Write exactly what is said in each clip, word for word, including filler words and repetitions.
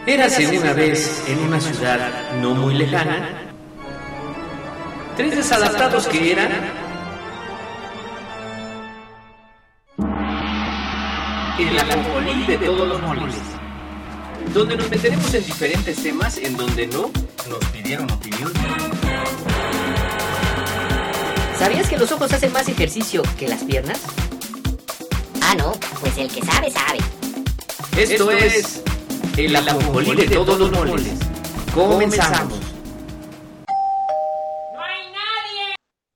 Érase una vez en una ciudad no muy lejana, tres desadaptados que eran el ajonjolí de todos los moles, donde nos meteremos en diferentes temas en donde no nos pidieron opinión. ¿Sabías que los ojos hacen más ejercicio que las piernas? Ah, no, pues el que sabe, sabe. Esto, Esto es el ajonjolí de todos los moles. Comenzamos. ¡No hay nadie!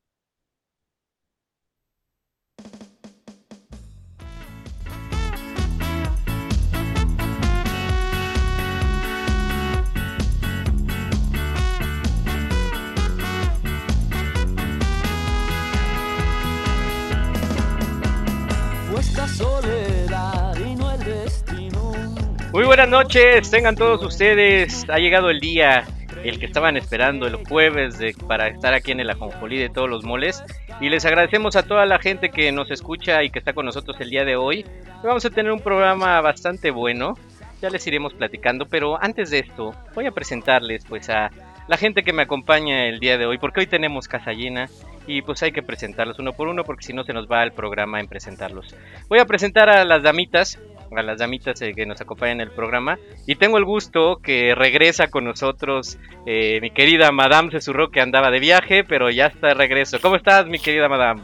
Esta soledad y no el destino. Muy buenas noches, tengan todos ustedes. Ha llegado el día, el que estaban esperando, el jueves de, para estar aquí en el ajonjolí de todos los moles. Y les agradecemos a toda la gente que nos escucha y que está con nosotros el día de hoy. Vamos a tener un programa bastante bueno, ya les iremos platicando. Pero antes de esto, voy a presentarles pues a la gente que me acompaña el día de hoy, porque hoy tenemos casa llena. Y pues hay que presentarlos uno por uno, porque si no se nos va el programa en presentarlos. Voy a presentar a las damitas, a las damitas eh, que nos acompañan en el programa. Y tengo el gusto que regresa con nosotros eh, mi querida Madame Cesurro, que andaba de viaje, pero ya está de regreso. ¿Cómo estás, mi querida Madame?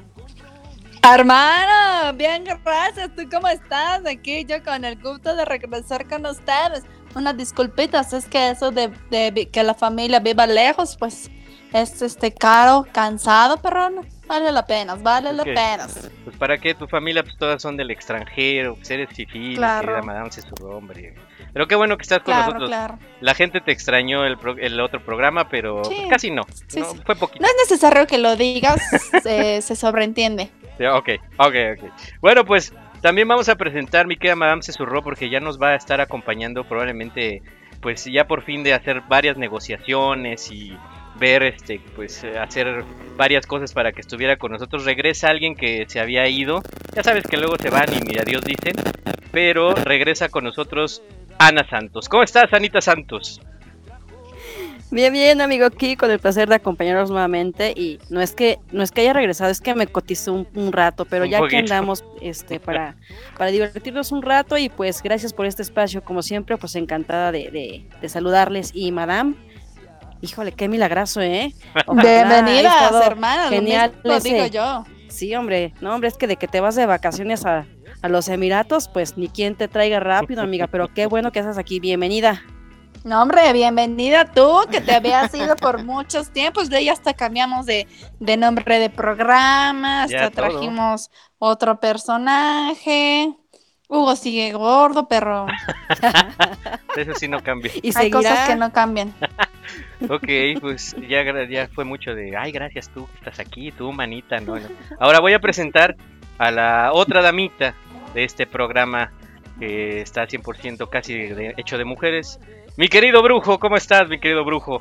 Hermano, bien, gracias. ¿Tú cómo estás? Aquí yo con el gusto de regresar con ustedes. Unas disculpitas, es que eso de, de que la familia viva lejos, pues... Es este caro, cansado, pero no, vale la pena, vale la pena. Pues para qué, tu familia pues todas son del extranjero, pues eres fifí, claro. Querida Madame Cesurro, hombre. Pero qué bueno que estás con claro, nosotros. Claro. La gente te extrañó el, pro, el otro programa, pero sí. pues casi no, sí, no sí. fue poquito. No es necesario que lo digas, se, se sobreentiende. Ok, ok, ok. Bueno, pues también vamos a presentar mi querida Madame Cesurro, porque ya nos va a estar acompañando probablemente, pues ya por fin de hacer varias negociaciones y... ver este pues hacer varias cosas para que estuviera con nosotros. Regresa alguien que se había ido, ya sabes que luego se van y ni adiós dicen, pero regresa con nosotros Ana Santos. ¿Cómo estás, Anita Santos? Bien, bien, amigo, aquí con el placer de acompañarnos nuevamente. Y no es que no es que haya regresado, es que me cotizó un, un rato, pero un ya poquito. Que andamos este para, para divertirnos un rato. Y pues gracias por este espacio, como siempre, pues encantada de, de, de saludarles. Y Madame, híjole, qué milagroso, ¿eh? Bienvenidas, hermanas, genial, lo digo yo. Sí, hombre, no, hombre, es que de que te vas de vacaciones a, a los Emiratos, pues ni quien te traiga rápido, amiga, pero qué bueno que estás aquí, bienvenida. No, hombre, bienvenida tú, que te habías ido por muchos tiempos, de ahí hasta cambiamos de, de nombre de programa, hasta ya trajimos todo. Otro personaje... Hugo sigue gordo, pero... Eso sí no cambia. ¿Y hay seguirá? Cosas que no cambian. Ok, pues ya, ya fue mucho de... Ay, gracias tú que estás aquí, tú, manita. No, no. Ahora voy a presentar a la otra damita de este programa que está cien por ciento casi de, hecho de mujeres. Mi querido Brujo, ¿cómo estás, mi querido Brujo?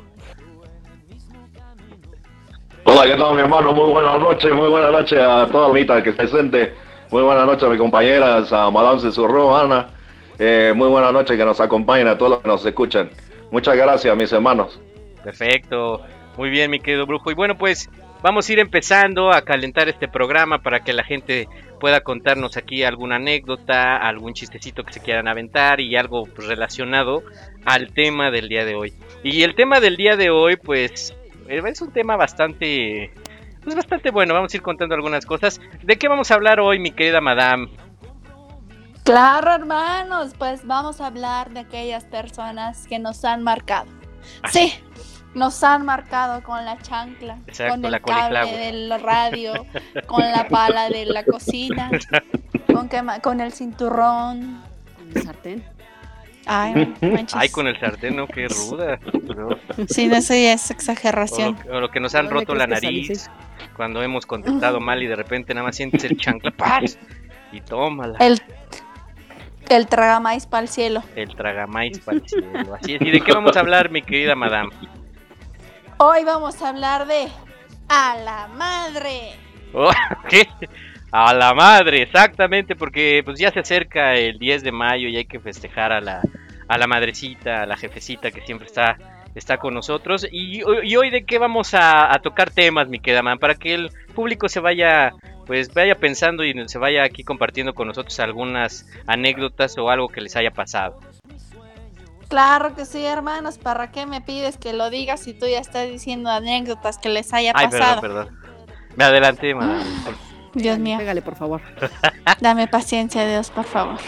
Hola, ¿qué tal, mi hermano? Muy buenas noches, muy buenas noches a toda la damita que está presente. Muy buenas noches a mis compañeras, a Madame Cesurro, Ana. Eh, muy buenas noches que nos acompañen, a todos los que nos escuchan. Muchas gracias, mis hermanos. Perfecto. Muy bien, mi querido Brujo. Y bueno, pues vamos a ir empezando a calentar este programa para que la gente pueda contarnos aquí alguna anécdota, algún chistecito que se quieran aventar y algo pues, relacionado al tema del día de hoy. Y el tema del día de hoy, pues, es un tema bastante... Pues bastante bueno, vamos a ir contando algunas cosas. ¿De qué vamos a hablar hoy, mi querida Madame? Claro, hermanos, pues vamos a hablar de aquellas personas que nos han marcado. ¿Ah? Sí, nos han marcado con la chancla, exacto, con el la cable del radio, con la pala de la cocina, con, que, con el cinturrón. ¿Con el sartén? Ay, manches. Ay, con el sartén, no, qué ruda. No. Sí, eso ya es exageración. O lo, o lo que nos han roto la nariz cuando hemos contestado mal y de repente nada más sientes el chancla, ¡paz! Y tómala. El, el tragamais para el cielo. El tragamais para el cielo, así es. ¿Y de qué vamos a hablar, mi querida Madame? Hoy vamos a hablar de a la madre. Oh, ¿qué? A la madre, exactamente, porque pues ya se acerca el diez de mayo y hay que festejar a la a la madrecita, a la jefecita que siempre está, está con nosotros. Y, y hoy de qué vamos a, a tocar temas, mi querida man, para que el público se vaya, pues vaya pensando y se vaya aquí compartiendo con nosotros algunas anécdotas o algo que les haya pasado. Claro que sí, hermanos. ¿Para qué me pides que lo digas si tú ya estás diciendo anécdotas que les haya Ay, pasado? perdón, perdón. Me adelanté, madame. Dios mío. Pégale, por favor. Dame paciencia, Dios, por favor.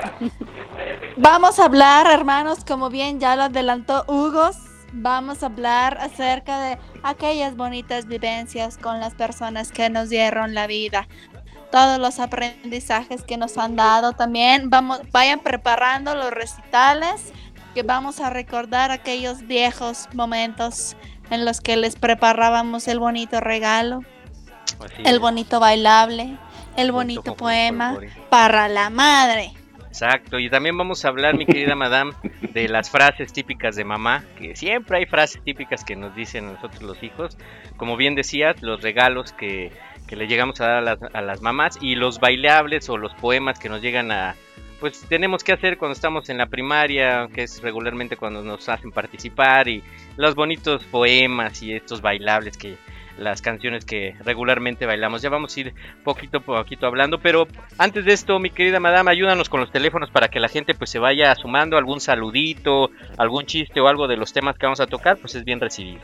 Vamos a hablar, hermanos, como bien ya lo adelantó Hugo, vamos a hablar acerca de aquellas bonitas vivencias con las personas que nos dieron la vida. Todos los aprendizajes que nos han dado también. Vamos, vayan preparando los recitales, que vamos a recordar aquellos viejos momentos en los que les preparábamos el bonito regalo, Así el es. bonito bailable, el bonito, bonito poema para la madre. Exacto, y también vamos a hablar, mi querida madame, de las frases típicas de mamá, que siempre hay frases típicas que nos dicen a nosotros los hijos. Como bien decías, los regalos que, que le llegamos a dar a las, a las mamás, y los bailables o los poemas que nos llegan a... pues tenemos que hacer cuando estamos en la primaria, que es regularmente cuando nos hacen participar, y los bonitos poemas y estos bailables, que las canciones que regularmente bailamos. Ya vamos a ir poquito a poquito hablando, pero antes de esto, mi querida madame, ayúdanos con los teléfonos para que la gente pues se vaya sumando, algún saludito, algún chiste o algo de los temas que vamos a tocar, pues es bien recibido.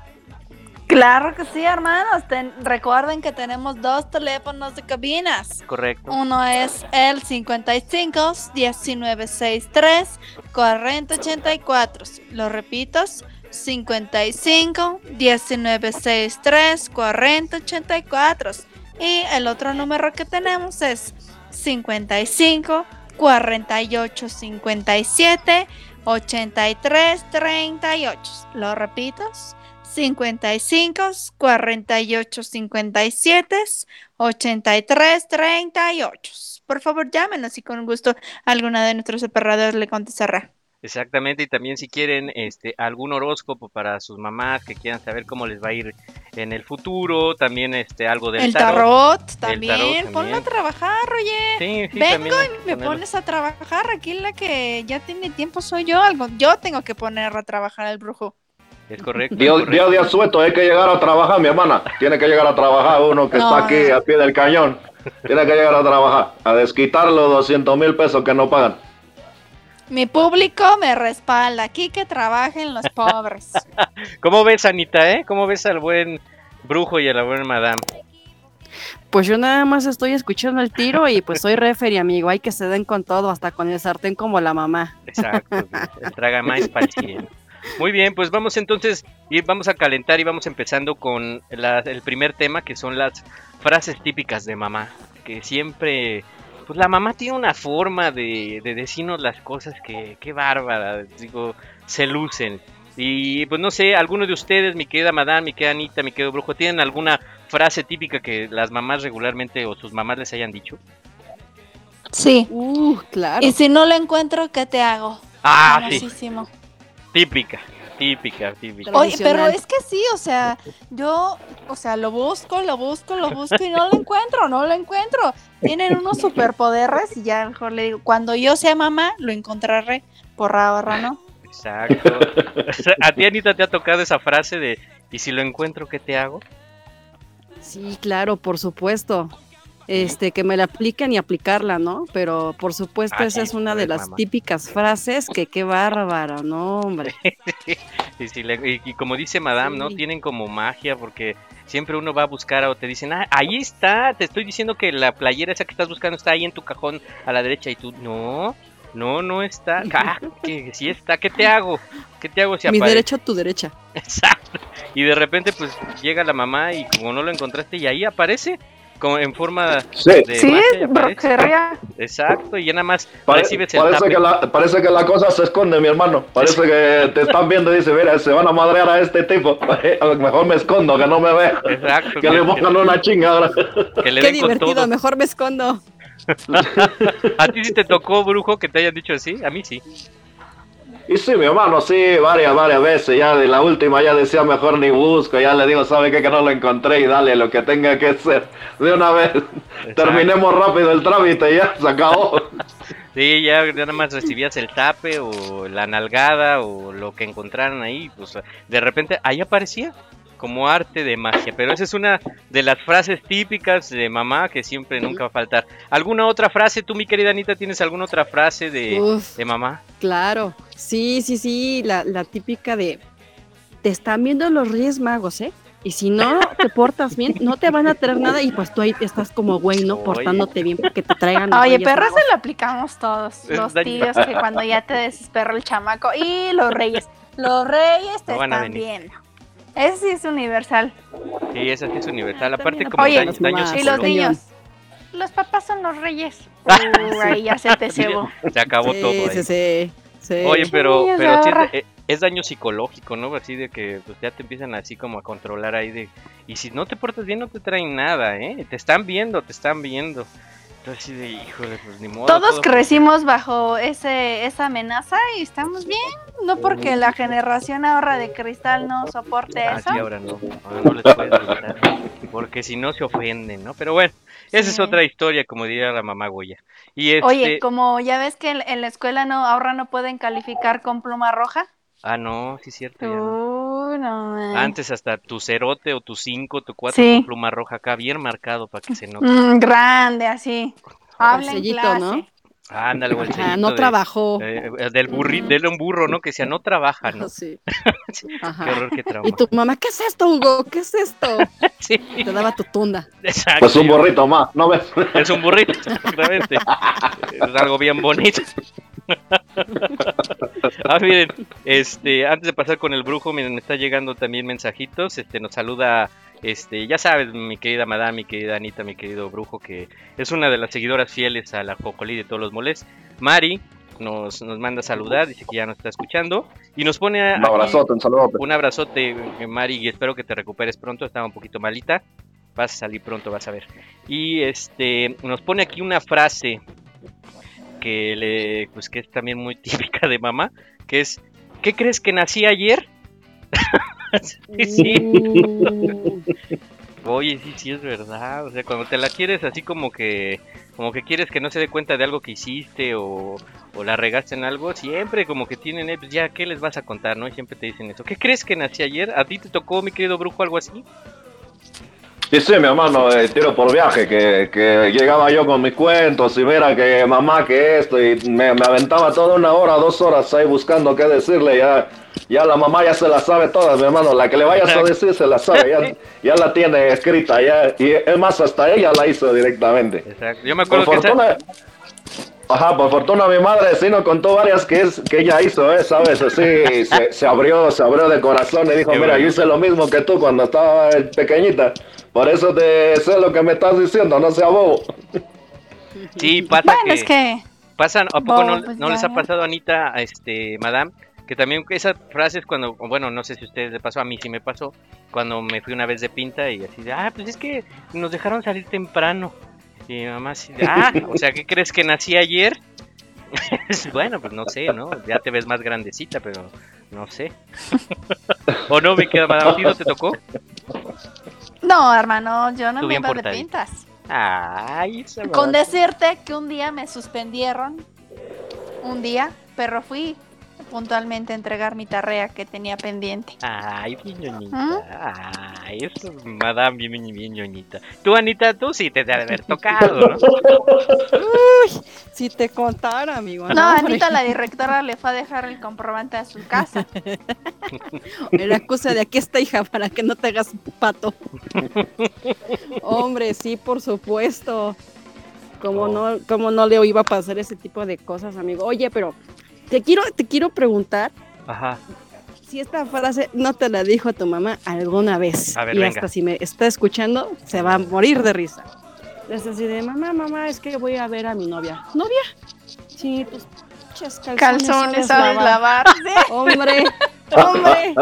Claro que sí, hermanos. Ten, recuerden que tenemos dos teléfonos de cabinas. Correcto. Uno es el cincuenta y cinco, diecinueve sesenta y tres, cuarenta ochenta y cuatro. Lo repito, cincuenta y cinco, diecinueve sesenta y tres, cuarenta ochenta y cuatro. Y el otro número que tenemos es cincuenta y cinco, cuarenta y ocho, cincuenta y siete, ochenta y tres, treinta y ocho. Lo repito, cincuenta y cinco, cuarenta y ocho, cincuenta y siete, ochenta y tres, treinta y ocho. Por favor, llámenos y con gusto alguna de nuestros operadores le contestará. Exactamente, y también si quieren este algún horóscopo para sus mamás que quieran saber cómo les va a ir en el futuro, también este algo del el tarot. tarot también, el tarot, ponlo a trabajar, oye. Sí, sí, vengo y me ponerlo. Pones a trabajar, aquí la que ya tiene tiempo soy yo, algo yo tengo que poner a trabajar al brujo. Es correcto. Dios, es correcto. Dios, Dios suelto, hay que llegar a trabajar, mi hermana. Tiene que llegar a trabajar uno que no, está aquí no. al pie del cañón. Tiene que llegar a trabajar, a desquitar los doscientos mil pesos que no pagan. Mi público me respalda, aquí que trabajen los pobres. ¿Cómo ves, Anita, eh? ¿Cómo ves al buen brujo y a la buena madame? Pues yo nada más estoy escuchando el tiro y pues soy referee, amigo. Hay que se den con todo, hasta con el sartén como la mamá. Exacto, el traga más paciente. Muy bien, pues vamos entonces, y vamos a calentar y vamos empezando con la, el primer tema, que son las frases típicas de mamá, que siempre, pues la mamá tiene una forma de, de decirnos las cosas que, qué bárbara, digo, se lucen. Y pues no sé, alguno de ustedes, mi querida madame, mi querida Anita, mi querido brujo, ¿tienen alguna frase típica que las mamás regularmente o sus mamás les hayan dicho? Sí. Uh, claro. Y si no lo encuentro, ¿qué te hago? Ah, Famosísimo. sí. Típica, típica, típica. Oye, pero es que sí, o sea, yo, o sea, lo busco, lo busco, lo busco y no lo encuentro, no lo encuentro. Tienen unos superpoderes y ya mejor le digo, cuando yo sea mamá, lo encontraré por ahora, ¿no? Exacto. ¿A ti, Anita, te ha tocado esa frase de ¿y si lo encuentro, qué te hago? Sí, claro, por supuesto. Este, que me la apliquen y aplicarla, ¿no? Pero por supuesto ah, esa sí, es una de pues, las mamá. típicas frases que qué bárbaro, no, hombre. y, si le, y, y como dice Madame, Sí. ¿no? Tienen como magia porque siempre uno va a buscar o te dicen, ah, ahí está, te estoy diciendo que la playera esa que estás buscando está ahí en tu cajón a la derecha y tú, no, no, no está, ah, que sí está, ¿qué te hago? ¿Qué te hago si Mi aparece? derecho, tu derecha. Exacto. Y de repente pues llega la mamá y como no lo encontraste y ahí aparece. Como en forma Sí. de Sí, magia, es aparece. brujería. Exacto, y ya nada más Pare- recibes el parece, tape. que la, parece que la cosa se esconde, mi hermano. Parece que te están viendo y dicen, mira, se van a madrear a este tipo. Mejor me escondo, que no me vea. Exacto. Que le pongan una chinga ahora. Que le Qué den con divertido, todo. mejor me escondo. ¿A ti sí te tocó, brujo, que te hayan dicho así? A mí sí. Y sí, mi hermano, sí, varias, varias veces. Ya de la última ya decía mejor ni busco. Ya le digo, ¿sabe qué? Que no lo encontré y dale lo que tenga que hacer. De una vez. Exacto. Terminemos rápido el trámite y ya se acabó. Sí, ya, ya nada más recibías el tape o la nalgada o lo que encontraran ahí, pues de repente ahí aparecía como arte de magia, pero esa es una de las frases típicas de mamá que siempre nunca va a faltar. ¿Alguna otra frase? Tú, mi querida Anita, ¿tienes alguna otra frase de, Uf, de mamá? Claro, sí, sí, sí, la, la típica de, te están viendo los Reyes Magos, ¿eh? Y si no te portas bien, no te van a traer nada y pues tú ahí estás como güey, ¿no? Oye. Portándote bien porque te traigan los Oye, Reyes pero Magos. eso lo aplicamos todos. Es Los daño. tíos que cuando ya te desespera el chamaco. Y los reyes. Los reyes te No van a están venir. viendo. Ese sí es universal. Sí, esa sí es universal. Ah, Aparte también como Oye, daños, daños Ah, Y los cañón. niños. Los papás son los reyes. Uh, ahí ya se te cebó. se acabó Sí, todo ahí. sí, sí, sí. Oye, pero, Niños, pero sí ahorra. es, es daño psicológico, ¿no? Así de que pues, ya te empiezan así como a controlar ahí de... Y si no te portas bien no te traen nada, ¿eh? Te están viendo, te están viendo. Entonces así de, híjole, pues ni modo. Todos todo- crecimos bajo ese esa amenaza y estamos bien. No porque la generación ahora de cristal no soporte Ah, eso. sí, ahora no. Ahora no les puedes gritar. Porque si no se ofenden, ¿no? Pero bueno, esa es Sí. otra historia, como diría la mamá Goya. Y este... Oye, como ya ves que en, en la escuela no ahora no pueden calificar con pluma roja. Ah, no, sí es cierto, ya no. Uy, no, man. Antes hasta tu cerote o tu cinco, tu cuatro Sí. con pluma roja acá, bien marcado para que se note. Mm, grande, así. Habla en sellito, clase. ¿no? Ándale, o el Ajá, sellito no de- trabajó. eh, del burrito, del un burro, ¿no? Que decía, no trabaja, ¿no? Sí. Qué Ajá. horror, qué trauma. Y tu mamá, ¿qué es esto, Hugo? ¿Qué es esto? Sí, Te daba tu tunda. exacto. Pues un burrito más, ¿no ves? Es un burrito, exactamente. Es algo bien bonito. Ah, miren, este, antes de pasar con el brujo, miren, me está llegando también mensajitos. Este, nos saluda, este, ya sabes, mi querida madame, mi querida Anita, mi querido brujo, que es una de las seguidoras fieles a la Jocolí de todos los moles. Mari nos, nos manda a saludar, dice que ya nos está escuchando y nos pone a, Un abrazote, un saludote. un abrazote, eh, Mari, y espero que te recuperes pronto. Estaba un poquito malita. Vas a salir pronto, vas a ver. Y este nos pone aquí una frase que le, pues que es también muy típica de mamá, que es, ¿qué crees que nací ayer? Sí, sí. Uh, Oye, sí, sí es verdad. O sea, cuando te la quieres así como que, como que quieres que no se dé cuenta de algo que hiciste o, o la regaste en algo, siempre como que tienen, eh, pues ya, ¿qué les vas a contar, no? Y siempre te dicen eso. ¿Qué crees que nací ayer? ¿A ti te tocó, mi querido brujo, algo así? Sí, sí, mi hermano, eh, tiro por viaje, que, que llegaba yo con mis cuentos y mira que mamá, que esto, y me, me aventaba toda una hora, dos horas ahí buscando qué decirle, ya, ya la mamá ya se la sabe todas, mi hermano, la que le vayas a decir se la sabe, ya, ya la tiene escrita, ya, y es más, hasta ella la hizo directamente. Exacto. Yo me Por acuerdo que esa- fortuna, ajá, por fortuna mi madre sí nos contó varias que es que ella hizo, ¿eh? ¿Sabes? Así se, se abrió, se abrió de corazón y dijo, Qué mira, bueno. yo hice lo mismo que tú cuando estaba pequeñita, por eso te sé lo que me estás diciendo, no sea bobo. sí pasa Bueno, que, es que pasan, ¿a poco no, Bobo, pues no les ya. ha pasado, Anita, a este, madame? Que también esas frases cuando, bueno, no sé si a ustedes les pasó, a mí sí me pasó, cuando me fui una vez de pinta y así de, ah, pues es que nos dejaron salir temprano. Y mi mamá así de, ah, o sea, ¿qué crees que nací ayer? Bueno, pues no sé, ¿no? Ya te ves más grandecita, pero no sé. ¿O no, me queda, madame? ¿A ti no te tocó? no, hermano, yo no Tú me bien iba de portadita. pintas. Ay, esa Con madre. decirte que un día me suspendieron, un día, pero fui puntualmente a entregar mi tarea que tenía pendiente. Ay, bien ñoñita. ¿Ah? Ay, eso es madame bien, bien ñoñita. Tú, Anita, tú sí te debe haber tocado, ¿no? Uy, si te contara, amigo. No, hombre. Anita, la directora le fue a dejar el comprobante a su casa. Era excusa de aquí está, hija, para que no te hagas pato. Hombre, sí, por supuesto. Como Oh. no, como no le iba a pasar ese tipo de cosas, amigo. Oye, pero te quiero, te quiero preguntar Ajá. si esta frase no te la dijo tu mamá alguna vez. A ver, y venga. hasta si me está escuchando, se va a morir de risa. Es así de, mamá, mamá, es que voy a ver a mi novia. ¿Novia? Sí, pues, pinches calzones, Calzones, sabes lavar. lavar. Sí. Hombre, hombre.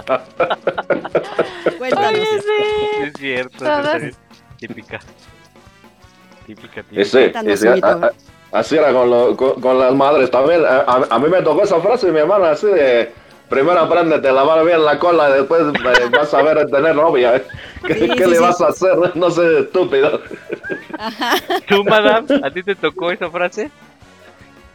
Cuéntanos. Oye, sí. Es cierto. Todas. esa es típica. Típica, típica. Ese, Cuéntanos, ese, amiguito. a- a- así era con, lo- con, con las madres también. A, a- a mí me tocó esa frase y mi hermana así de, primero apréndete a lavar bien la cola y después eh, vas a ver tener novia. ¿eh? ¿Qué, Sí, qué sí, le sí. vas a hacer? No sé, estúpido. ¿Tú, madame, a ti te tocó esa frase?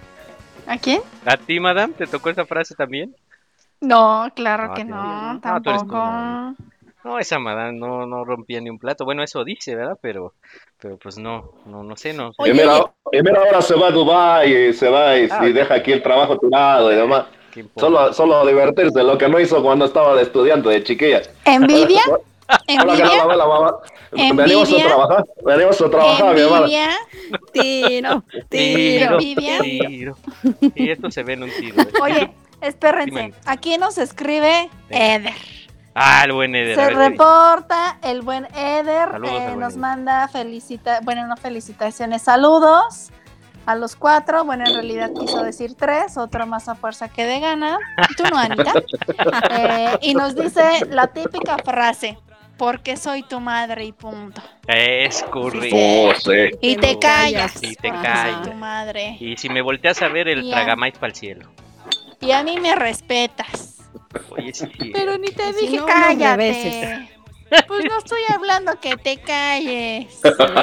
¿A quién? ¿A ti, madame, te tocó esa frase también? No, claro No, que a ti no, no. No, tú eres tampoco. como- No, esa madame no, no rompía ni un plato. Bueno, eso dice, ¿verdad? Pero, pero pues no, no, no sé, no sé. Y Oye, mira, oye, y mira, ahora se va a Dubái y se va y, Ah, y deja aquí el trabajo tirado y demás. ¿qué importa? Solo, solo divertirse, lo que no hizo cuando estaba de estudiante, de chiquilla. ¿envidia? Hola, ¿qué tal, ¿Envidia? abuela, mamá? Venimos a ¿Envidia? trabajar, venimos a trabajar, mi hermana. ¿Envidia? Tiro, Tiro, tiro. ¿Envidia? tiro. Y esto se ve en un tiro. ¿eh? Oye, espérense, Dime. aquí nos escribe Eder. Ah, el buen Eder. a Se ver qué dice. reporta el buen Eder, Saludos eh, al buen nos Eder. manda felicita, bueno, no felicitaciones, saludos a los cuatro, bueno, en realidad quiso decir tres, otro más a fuerza que de gana, tú no, Anita, Eh, y nos dice la típica frase, porque soy tu madre y punto, Es correcto. Oh, sí. y Que te no callas, callas. Y te porque callas. soy tu madre, Y si me volteas a ver, el Ya. tragamais para el cielo. y a mí me respetas. Oye, sí. Pero ni te Si dije no, unos cállate. reveses. Pues no estoy hablando que te calles.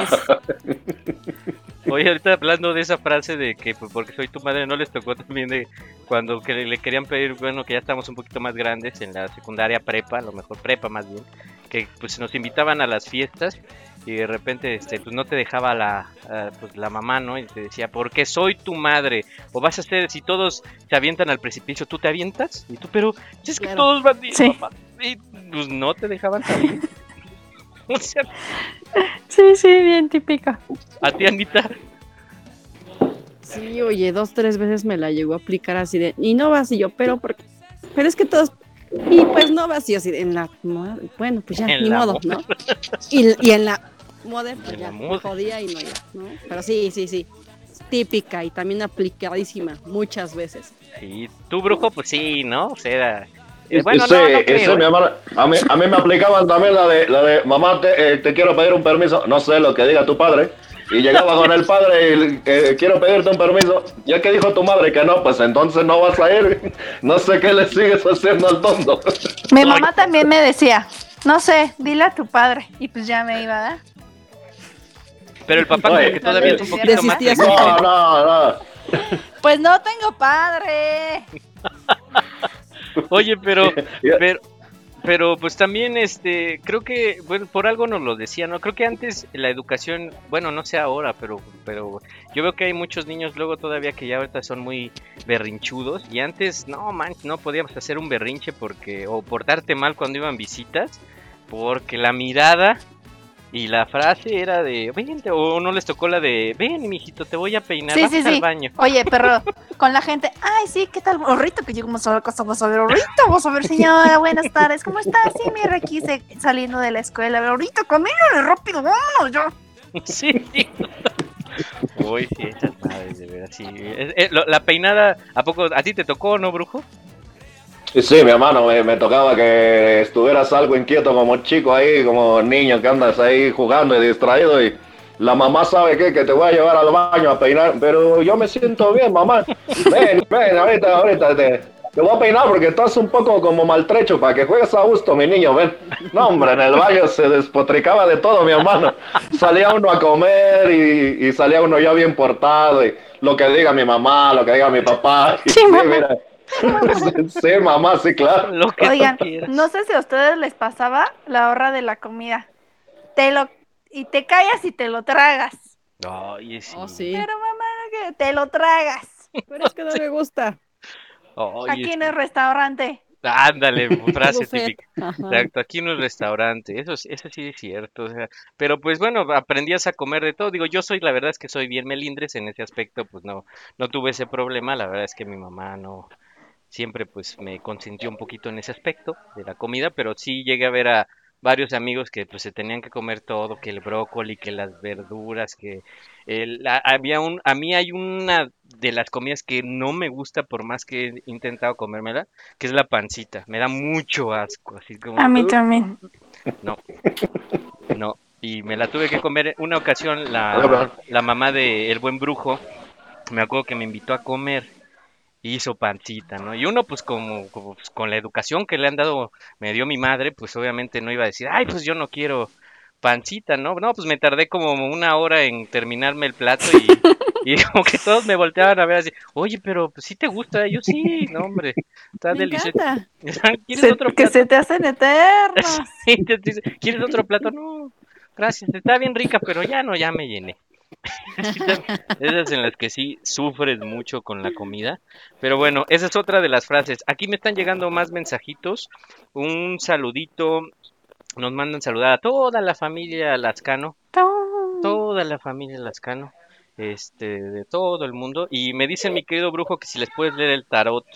Oye, ahorita hablando de esa frase de que pues, porque soy tu madre, ¿no les tocó también de cuando que le querían pedir, bueno, que ya estamos un poquito más grandes en la secundaria prepa, a lo mejor prepa más bien, que pues nos invitaban a las fiestas y de repente este pues no te dejaba la uh, pues la mamá, ¿no? Y te decía, "Porque soy tu madre." O vas a hacer, si todos se avientan al precipicio, ¿tú te avientas? Y tú, pero si es que Claro. todos van a ir, Sí. papá. Y pues no te dejaban salir. O sea, Sí, sí, bien típica. a ti, Anita. Sí, oye, dos, tres veces me la llegó a aplicar así de, y no vas y yo, pero porque, pero es que todos, y pues no vas y yo así de, en la, mo- bueno, pues ya, En ni la modo, moda. ¿no? Y, y en la moda, pues En ya, la me moda. jodía y no iba, ¿no? Pero sí, sí, sí, típica y también aplicadísima muchas veces. Y tú, brujo, pues sí, ¿no? O sea, era- Y- eh, bueno, y sí, no, no y creo, sí, ¿eh? mi hermana, a mí, a mí me aplicaban también la de, la de mamá, te, eh, te quiero pedir un permiso, no sé lo que diga tu padre. Y llegaba con el padre y eh, quiero pedirte un permiso. Ya que dijo tu madre que no, pues entonces no vas a ir. No sé qué le sigues haciendo al tonto. Mi mamá también me decía, no sé, dile a tu padre. Y pues ya me iba a dar. Pero el papá Oye, como que todavía es un poquito más... desistías. No, no, no. Pues no tengo padre. Oye, pero, Ya. pero, pero pues también, este, creo que, bueno, por algo nos lo decía, ¿no? Creo que antes la educación, bueno, no sé ahora, pero, pero yo veo que hay muchos niños luego todavía que ya ahorita son muy berrinchudos y antes, no, man, no podíamos hacer un berrinche porque, o portarte mal cuando iban visitas, porque la mirada y la frase era de, vente, o no les tocó la de, ven, mijito, te voy a peinar, Sí, vamos sí, al sí. baño. Oye, pero con la gente, ay, sí, ¿qué tal? Ahorita que llegamos a la casa, vamos a ver, ahorita vamos a ver, señora, buenas tardes, ¿cómo está? Sí, mira, aquí se- saliendo de la escuela, ahorita camínale rápido, vámonos ya. Sí. Uy, sí, esas madres, de veras, sí. Eh, eh, lo- la peinada, ¿a poco a ti te tocó, no, brujo? Y sí, mi hermano, me, me tocaba que estuvieras algo inquieto como chico ahí, como niño que andas ahí jugando y distraído y la mamá sabe qué, que te voy a llevar al baño a peinar, pero yo me siento bien, mamá. Ven, ven, ahorita, ahorita te, te voy a peinar porque estás un poco como maltrecho para que juegues a gusto, mi niño, ven. No, hombre, en el baño se despotricaba de todo, mi hermano. Salía uno a comer y, y salía uno ya bien portado y lo que diga mi mamá, lo que diga mi papá. Y Sí, mamá. mira. Sí, mamá, sí, claro. Lo que Oigan, tú quieras. no sé si a ustedes les pasaba la hora de la comida. Te lo y te callas y te lo tragas. Ay, sí. Oh, sí, Pero mamá, que te lo tragas. pero es que no me gusta. Ay, Aquí sí. en el restaurante. Ándale, frase Buffet. típica. Ajá. Exacto, aquí no es restaurante, eso, es- eso sí es cierto, o sea, pero pues bueno, aprendías a comer de todo, digo, yo soy, la verdad es que soy bien melindres en ese aspecto, pues no, no tuve ese problema, la verdad es que mi mamá no, siempre pues me consintió un poquito en ese aspecto de la comida, pero sí llegué a ver a varios amigos que pues se tenían que comer todo, que el brócoli, que las verduras, que el, a- había un, a mí hay una de las comidas que no me gusta por más que he intentado comérmela, que es la pancita, me da mucho asco, así como, A mí "Ugh". también. No, no. Y me la tuve que comer una ocasión, Hola, la, Abraham. la mamá de El Buen Brujo, me acuerdo que me invitó a comer y hizo pancita, ¿no? Y uno, pues como, como, pues, con la educación que le han dado, me dio mi madre, pues obviamente no iba a decir, ay, pues yo no quiero pancita, ¿no? No, pues me tardé como una hora en terminarme el plato y, y como que todos me volteaban a ver así, oye, pero pues sí te gusta, yo sí, no, hombre, está Me delicioso. encanta. ¿Quieres Se- otro que plato? se te hacen eternos. Sí, te dice, ¿quieres otro plato? No, gracias, está bien rica, pero ya no, ya me llené. Esas en las que sí sufres mucho con la comida. Pero bueno, esa es otra de las frases. Aquí me están llegando más mensajitos. Un saludito. Nos mandan saludar a toda la familia Lascano. Toda la familia Lascano. Este, de todo el mundo. Y me dicen, mi querido brujo, que si les puedes leer el tarot.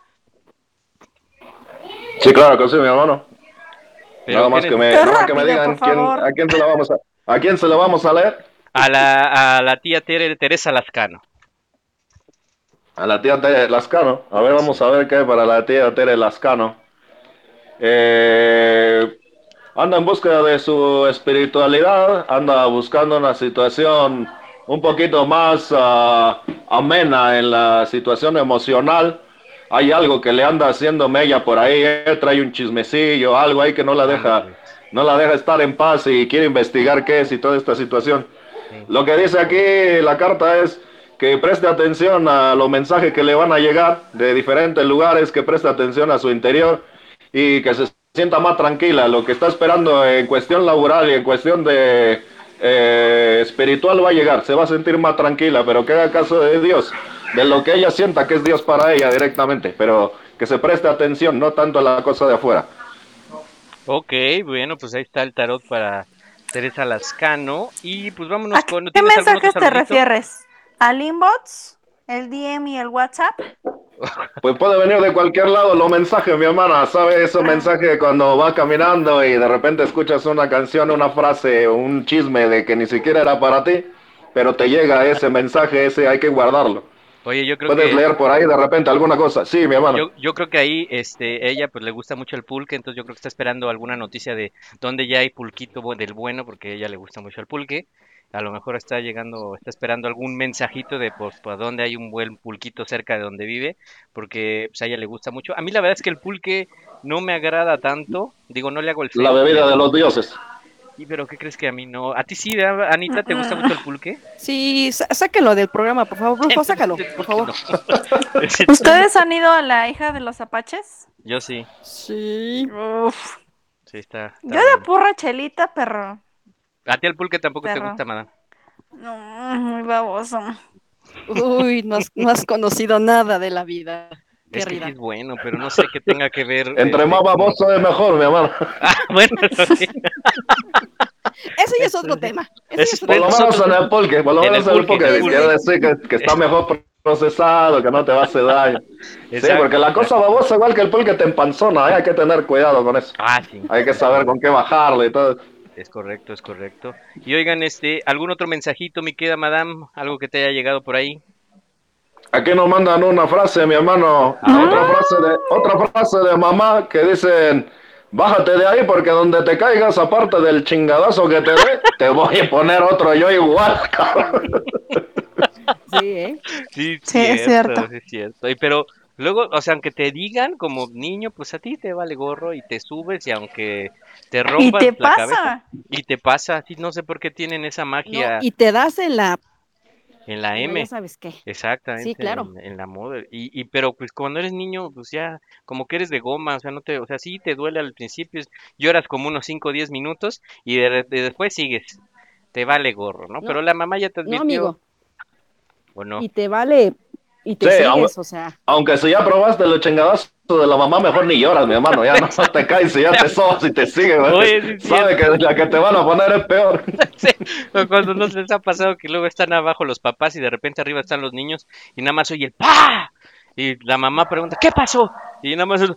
Sí, claro que sí, mi hermano. Pero Nada más ¿qué que me, Qué nada más que me rápido, digan por quién, favor. a quién se la vamos a, a quién se la vamos a leer. A la, a la tía Tere- Teresa Lascano. A la tía Tere Lascano. A ver, vamos a ver qué hay para la tía Tere Lascano. Eh, anda en búsqueda de su espiritualidad, anda buscando una situación un poquito más uh, amena en la situación emocional. Hay algo que le anda haciendo mella por ahí, eh, trae un chismecillo, algo ahí que no la deja, no la deja estar en paz y quiere investigar qué es y toda esta situación. Sí. Lo que dice aquí la carta es que preste atención a los mensajes que le van a llegar de diferentes lugares, que preste atención a su interior y que se sienta más tranquila. Lo que está esperando en cuestión laboral y en cuestión de eh, espiritual va a llegar, se va a sentir más tranquila, pero que haga caso de Dios, de lo que ella sienta que es Dios para ella directamente, pero que se preste atención, no tanto a la cosa de afuera. Ok, bueno, pues ahí está el tarot para Teresa Lascano. Y pues vámonos ¿A con... qué ¿Tienes algún otro mensajes te saludito? refieres? ¿Al inbox? ¿El D M y el WhatsApp? Pues puede venir de cualquier lado los mensajes, mi hermana, ¿sabe? Esos mensajes cuando vas caminando y de repente escuchas una canción, una frase, un chisme de que ni siquiera era para ti, pero te llega ese mensaje, ese hay que guardarlo. Oye, yo creo Puedes que leer por ahí de repente alguna cosa. Sí, mi hermano. yo, yo creo que ahí este ella pues le gusta mucho el pulque, entonces yo creo que está esperando alguna noticia de dónde ya hay pulquito bu- del bueno, porque a ella le gusta mucho el pulque. A lo mejor está llegando, está esperando algún mensajito de pues para dónde hay un buen pulquito cerca de donde vive, porque pues, a ella le gusta mucho. A mí la verdad es que el pulque no me agrada tanto, digo, no le hago el La feo, bebida de pero los dioses. sí, pero ¿qué crees que a mí no? ¿A ti sí, ¿verdad, Anita, te gusta mucho el pulque? Sí, sá- sáquenlo del programa, por favor, brujo, sácalo, por favor. ¿Ustedes han ido a la hija de los apaches? Yo sí, Sí. Uf. sí está. está Yo de bueno. pura chelita, perro. ¿A ti el pulque tampoco te Perro. gusta, madame? No, muy baboso. Uy, no has, no has conocido nada de la vida. Qué Es que sí rida. es bueno, pero no sé qué tenga que ver. Entre este, más con- baboso es mejor, mi hermano. Ah, bueno, eso sí. Ese ya es otro tema. Ese ya Ese es Por otro lo Nosotros- menos en el pulque, por lo en menos el en el pulque, pulque, en el quiere pulque. decir que, que está mejor procesado, que no te va a hacer daño. Sí, Exacto, porque la cosa exacto. babosa igual que el pulque te empanzona, ¿eh? Hay que tener cuidado con eso. Ah, sí. Hay que saber con qué bajarle y todo. Es correcto, es correcto. Y oigan, este, ¿algún otro mensajito, mi querida madame? ¿Algo que te haya llegado por ahí? Aquí nos mandan una frase, mi hermano, otra frase de otra frase de mamá que dicen, bájate de ahí porque donde te caigas, aparte del chingadazo que te dé, te voy a poner otro yo igual, cabrón. Sí, ¿eh? Sí, Sí, es cierto. sí, es cierto. Y pero luego, o sea, aunque te digan como niño, pues a ti te vale gorro y te subes y aunque te Y rompas te la pasa. cabeza y te pasa, sí, no sé por qué tienen esa No, magia y te das en la... en la bueno, M. ya sabes qué. Exactamente, Sí, claro. en, en la moda. Y, y pero pues cuando eres niño, pues ya como que eres de goma, o sea, no te, o sea, sí te duele al principio, es- lloras como unos cinco o diez minutos y de, de- después sigues, te vale gorro, ¿no? No, Pero la mamá ya te No, advirtió, amigo. ¿o no? Y te vale... Y te Sí, aunque, sigues, o sea... aunque si ya probaste los chingadazos de la mamá, mejor ni lloras, mi hermano, ya no te caes y ya te sobas y te sigues, ¿verdad? Oye, sí es Sabe que la que te van a poner es peor. Sí, o cuando no les ha pasado que luego están abajo los papás y de repente arriba están los niños y nada más oye el ¡pa! Y la mamá pregunta, ¿qué pasó? Y nada más el,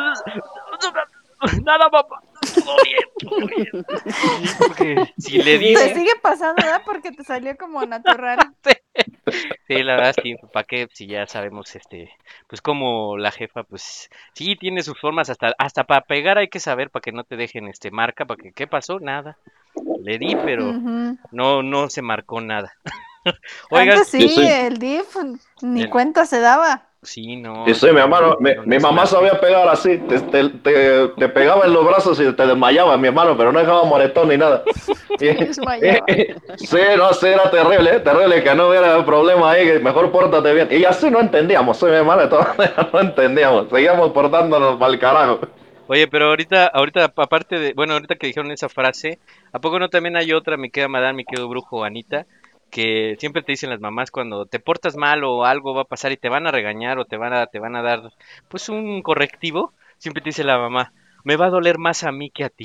nada, papá, todo bien, todo bien. Sí, porque si le Te dices, sigue pasando, ¿verdad? Porque te salió como natural. sí, la verdad sí, ¿para qué? Si ya sabemos, este, pues como la jefa, pues sí tiene sus formas, hasta, hasta para pegar hay que saber para que no te dejen, este, marca, para que, ¿qué pasó? Nada. Le di, pero Ujú. no, no se marcó nada. Oigan, Antes sí, Yo soy- el D I F ni El- cuenta se daba. Sí, no. Y sí, mi hermano, mi, mi mamá sabía pegar así, te, te, te, te pegaba en los brazos y te desmayaba, mi hermano, pero no dejaba moretón ni nada. Y, Desmayaba. y, y, sí, no, sí, era terrible, terrible, que no hubiera problema ahí, que mejor pórtate bien. Y así no entendíamos, sí, mi hermano, todavía no entendíamos, seguíamos portándonos mal carajo. Oye, pero ahorita, ahorita, aparte de, bueno, ahorita que dijeron esa frase, ¿a poco no también hay otra, mi querida madame, mi querido brujo, Anita, que siempre te dicen las mamás cuando te portas mal o algo va a pasar y te van a regañar o te van a, te van a dar, pues, un correctivo? Siempre te dice la mamá, me va a doler más a mí que a ti.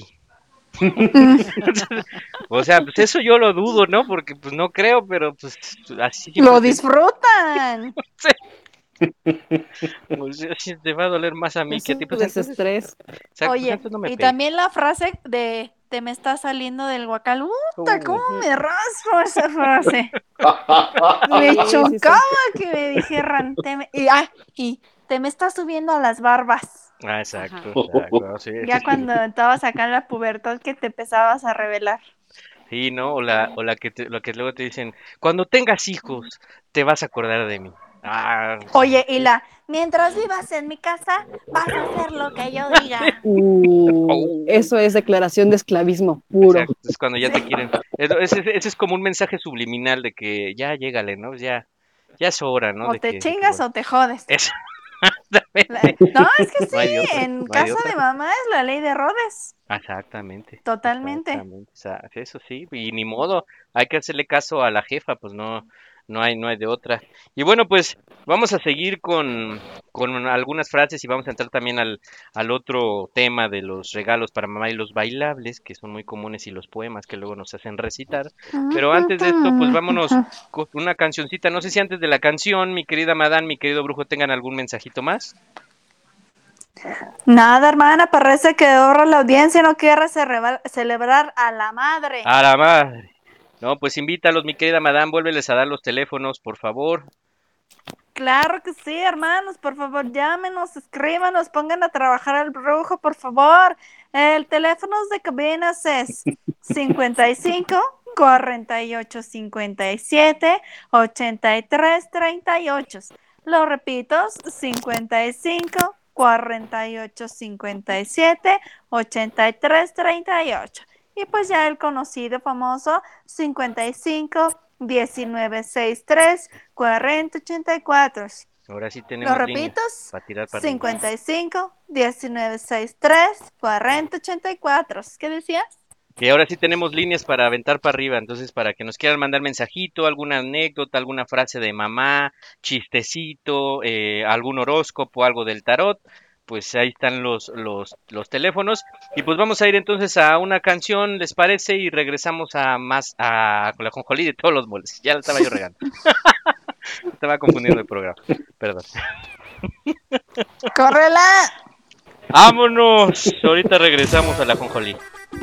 O sea, pues eso yo lo dudo, ¿no? Porque pues no creo, pero pues así Lo te- disfrutan. pues, sí, te va a doler más a mí Es que a un ti. Pues, entonces, desestrés. exacto, pues, Oye, entonces no me y pegues. también la frase de te me está saliendo del guacal. ¡Uta! Uh. ¿Cómo me raspo esa frase? Me Sí, sí, sí. chocaba que me dijeran. Te me... Y, ah, y te me está subiendo a las barbas. Ah, exacto, Ajá. exacto, sí. Ya cuando estabas acá en la pubertad que te empezabas a revelar. Sí, ¿no? O la, o la que te- lo que luego te dicen, cuando tengas hijos, te vas a acordar de mí. Ah, Oye, y la, mientras vivas en mi casa, vas a hacer lo que yo diga. Uh, eso es declaración de esclavismo puro. exacto, es cuando ya te quieren. Eso- Ese, ese es como un mensaje subliminal de que ya llégale, ¿no? Ya, ya es hora, ¿no? O De te que, de que chingas lo- o te jodes. Eso, La- No, es que No hay de sí, otra, en no hay de casa otra. de mamá es la ley de Rhodes. Exactamente. Totalmente. Exactamente. O sea, eso sí, y ni modo, hay que hacerle caso a la jefa, pues no, no hay, no hay de otra. Y bueno, pues vamos a seguir con, con algunas frases y vamos a entrar también al, al otro tema de los regalos para mamá y los bailables, que son muy comunes, y los poemas que luego nos hacen recitar. Pero antes de esto, pues vámonos con una cancioncita. No sé si antes de la canción, mi querida Madame, mi querido brujo, tengan algún mensajito más. Nada, hermana, parece que ahora la audiencia no quiere cerreba- celebrar a la madre. A la madre. No, pues invítalos, mi querida Madame, vuélveles a dar los teléfonos, por favor. Claro que sí, hermanos, por favor, llámenos, escríbanos, pongan a trabajar al brujo, por favor. El teléfono de cabinas es cincuenta y cinco, cuarenta y ocho, cincuenta y siete, ochenta y tres, treinta y ocho. Lo repito, cincuenta y cinco, cuarenta y ocho, cincuenta y siete, ochenta y tres, treinta y ocho. Y pues ya el conocido famoso cincuenta y cinco, diecinueve, sesenta y tres, cuarenta, ochenta y cuatro. Ahora sí Lo tenemos líneas repito, para tirar para arriba. cincuenta y cinco, diecinueve, sesenta y tres, cuarenta, ochenta y cuatro. ¿Qué decías? Que ahora sí tenemos líneas para aventar para arriba, entonces para que nos quieran mandar mensajito, alguna anécdota, alguna frase de mamá, chistecito, eh, algún horóscopo, algo del tarot, pues ahí están los, los, los teléfonos. Y pues vamos a ir entonces a una canción, ¿les parece? Y regresamos a más, a con la Jonjolí de todos los moles. Ya la estaba yo regando. Estaba confundiendo el programa, perdón. ¡Córrela! ¡Vámonos! Ahorita regresamos a la Jonjolí.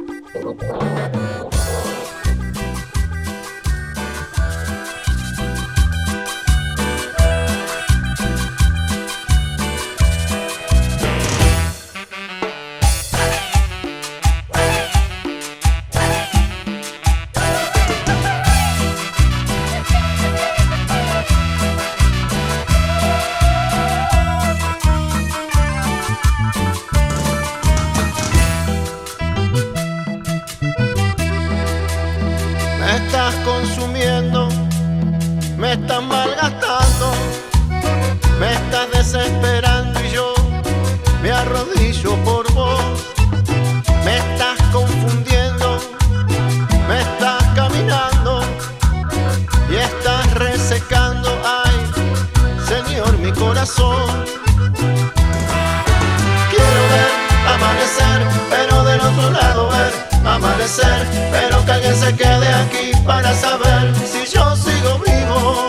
Me estás consumiendo, me estás malgastando, me estás desesperando y yo me arrodillo por vos. Me estás confundiendo, me estás caminando y estás resecando, ay, Señor, mi corazón. Quiero ver amanecer, pero del otro lado ver amanecer, pero que alguien se quede aquí para saber si yo sigo vivo.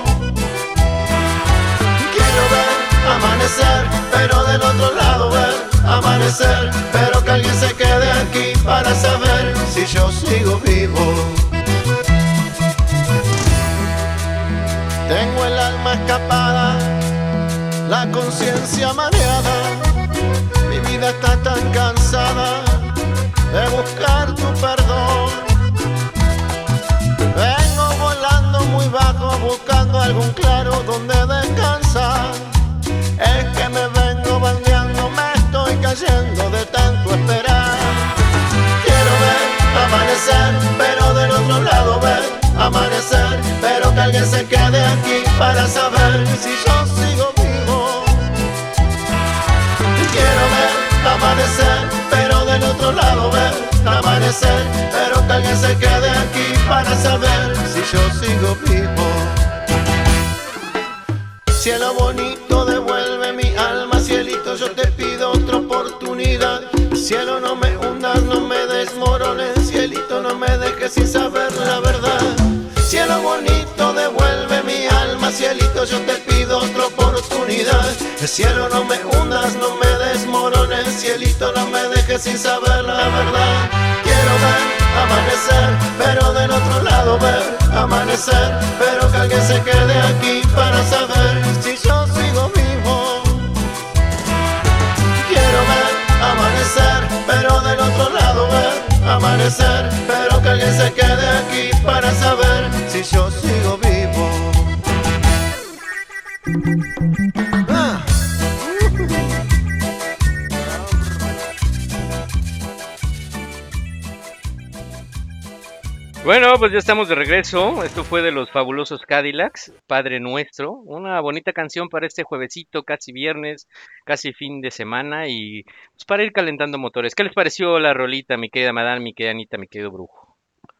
Quiero ver amanecer, pero del otro lado ver amanecer, pero que alguien se quede aquí para saber si yo sigo vivo. Tengo el alma escapada, la conciencia mareada, mi vida está tan cansada de buscar tu perdón. Vengo volando muy bajo buscando algún claro donde descansar. amanecer, pero del otro lado ver amanecer, pero que alguien se quede aquí para saber si yo sigo vivo. Quiero ver amanecer, pero del otro lado ver amanecer, pero que alguien se quede aquí para saber si yo sigo vivo. Cielo bonito, devuelve mi alma, cielito, yo te pido otra oportunidad. Cielo, no me hundas, no me desmorones, cielito, no me dejes sin saber la verdad. Cielo bonito, devuelve mi alma, cielito, yo te pido otra oportunidad. Cielo, no me hundas, no me desmorones, cielito, no me dejes sin saber la verdad. Quiero ver amanecer, pero del otro lado ver amanecer, pero que alguien se quede aquí para saber si yo sigo vivo. Quiero ver amanecer, pero del otro lado ver amanecer, pero que alguien se quede aquí para saber si yo sigo vivo. Ah. Bueno, pues ya estamos de regreso. Esto fue de los fabulosos Cadillacs, Padre Nuestro. Una bonita canción para este juevesito, casi viernes, casi fin de semana y pues para ir calentando motores. ¿Qué les pareció la rolita, mi querida Madame, mi querida Anita, mi querido Brujo?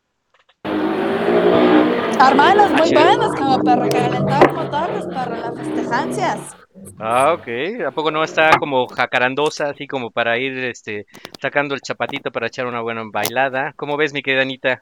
Hermanos, muy buenas, como para calentar motores para las festejancias. Ah, ok. ¿A poco no está como jacarandosa, así como para ir este sacando el chapatito para echar una buena bailada? ¿Cómo ves, mi querida Anita?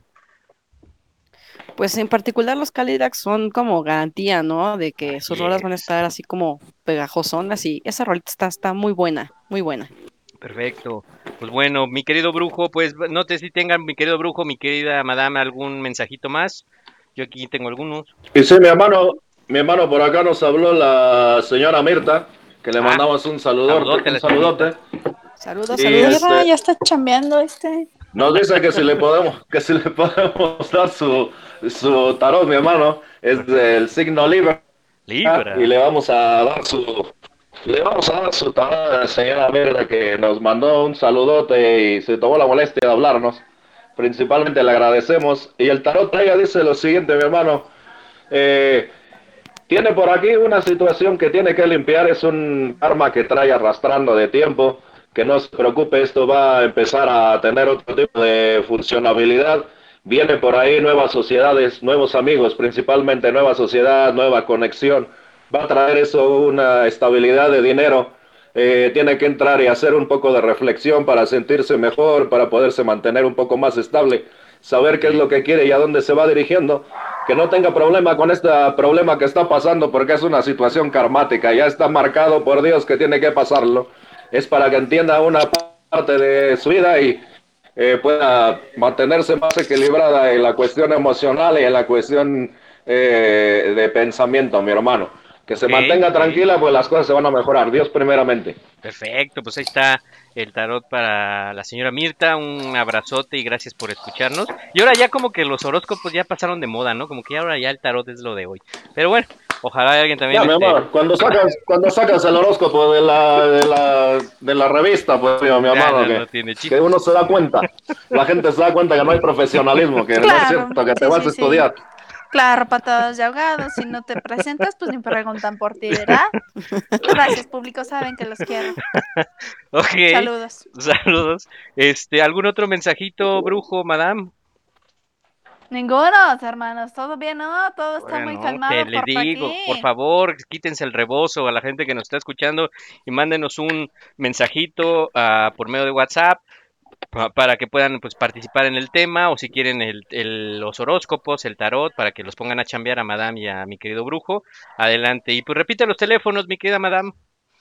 Pues en particular los Cadillacs son como garantía, ¿no? De que sus Así rolas es. van a estar así como pegajosonas y esa rolita está, está muy buena, muy buena. Perfecto. Pues bueno, mi querido Brujo, pues no sé si tengan, mi querido Brujo, mi querida Madame, algún mensajito más. Yo aquí tengo algunos. Y sí, mi hermano, mi hermano, por acá nos habló la señora Mirta, que le Ah, mandamos un saludote, saludote a un la saludote. Saludos, Y saludos. este- Mira, ya está chambeando este. Nos dice que si le podemos, que si le podemos dar su, su tarot, mi hermano, es del signo Libra, Libra. y le vamos a dar su, le vamos a dar su tarot a la señora Mirta, que nos mandó un saludote y se tomó la molestia de hablarnos. Principalmente le agradecemos. Y el tarot ella dice lo siguiente, mi hermano. Eh, tiene por aquí una situación que tiene que limpiar, es un karma que trae arrastrando de tiempo. Que no se preocupe, esto va a empezar a tener otro tipo de funcionabilidad. Viene por ahí nuevas sociedades, nuevos amigos, principalmente nueva sociedad, nueva conexión. Va a traer eso una estabilidad de dinero. Eh, tiene que entrar y hacer un poco de reflexión para sentirse mejor, para poderse mantener un poco más estable, saber qué es lo que quiere y a dónde se va dirigiendo. Que no tenga problema con este problema que está pasando, porque es una situación karmática, ya está marcado por Dios que tiene que pasarlo. Es para que entienda una parte de su vida y eh, pueda mantenerse más equilibrada en la cuestión emocional y en la cuestión eh, de pensamiento, mi hermano. Que se Ok, mantenga ok. tranquila, pues las cosas se van a mejorar. Dios primeramente. Perfecto, pues ahí está el tarot para la señora Mirta, un abrazote y gracias por escucharnos. Y ahora ya como que los horóscopos ya pasaron de moda, ¿no? Como que ahora ya el tarot es lo de hoy. Pero bueno, ojalá alguien también... Ya, mi este, amor, cuando sacas, cuando sacas el horóscopo de la, de la, de la revista, pues, mi ya, hermano, no, que, no tiene chiste. que uno se da cuenta. La gente se da cuenta que no hay profesionalismo, que no es Claro, cierto, que te sí, vas sí, a sí. estudiar. Claro, patadas de ahogado. Si no te presentas, pues ni preguntan por ti, ¿verdad? Gracias, público. Saben que los quiero. Ok, Saludos. saludos. Este, ¿algún otro mensajito, Brujo, Madame? Ninguno, hermanos. ¿Todo bien, no? Todo está muy Bueno, calmado te le por digo, aquí. por favor, quítense el rebozo a la gente que nos está escuchando y mándenos un mensajito ah, por medio de WhatsApp pa- para que puedan pues participar en el tema o si quieren el, el- los horóscopos, el tarot, para que los pongan a chambear a Madame y a mi querido Brujo. Adelante. Y pues repite los teléfonos, mi querida Madame.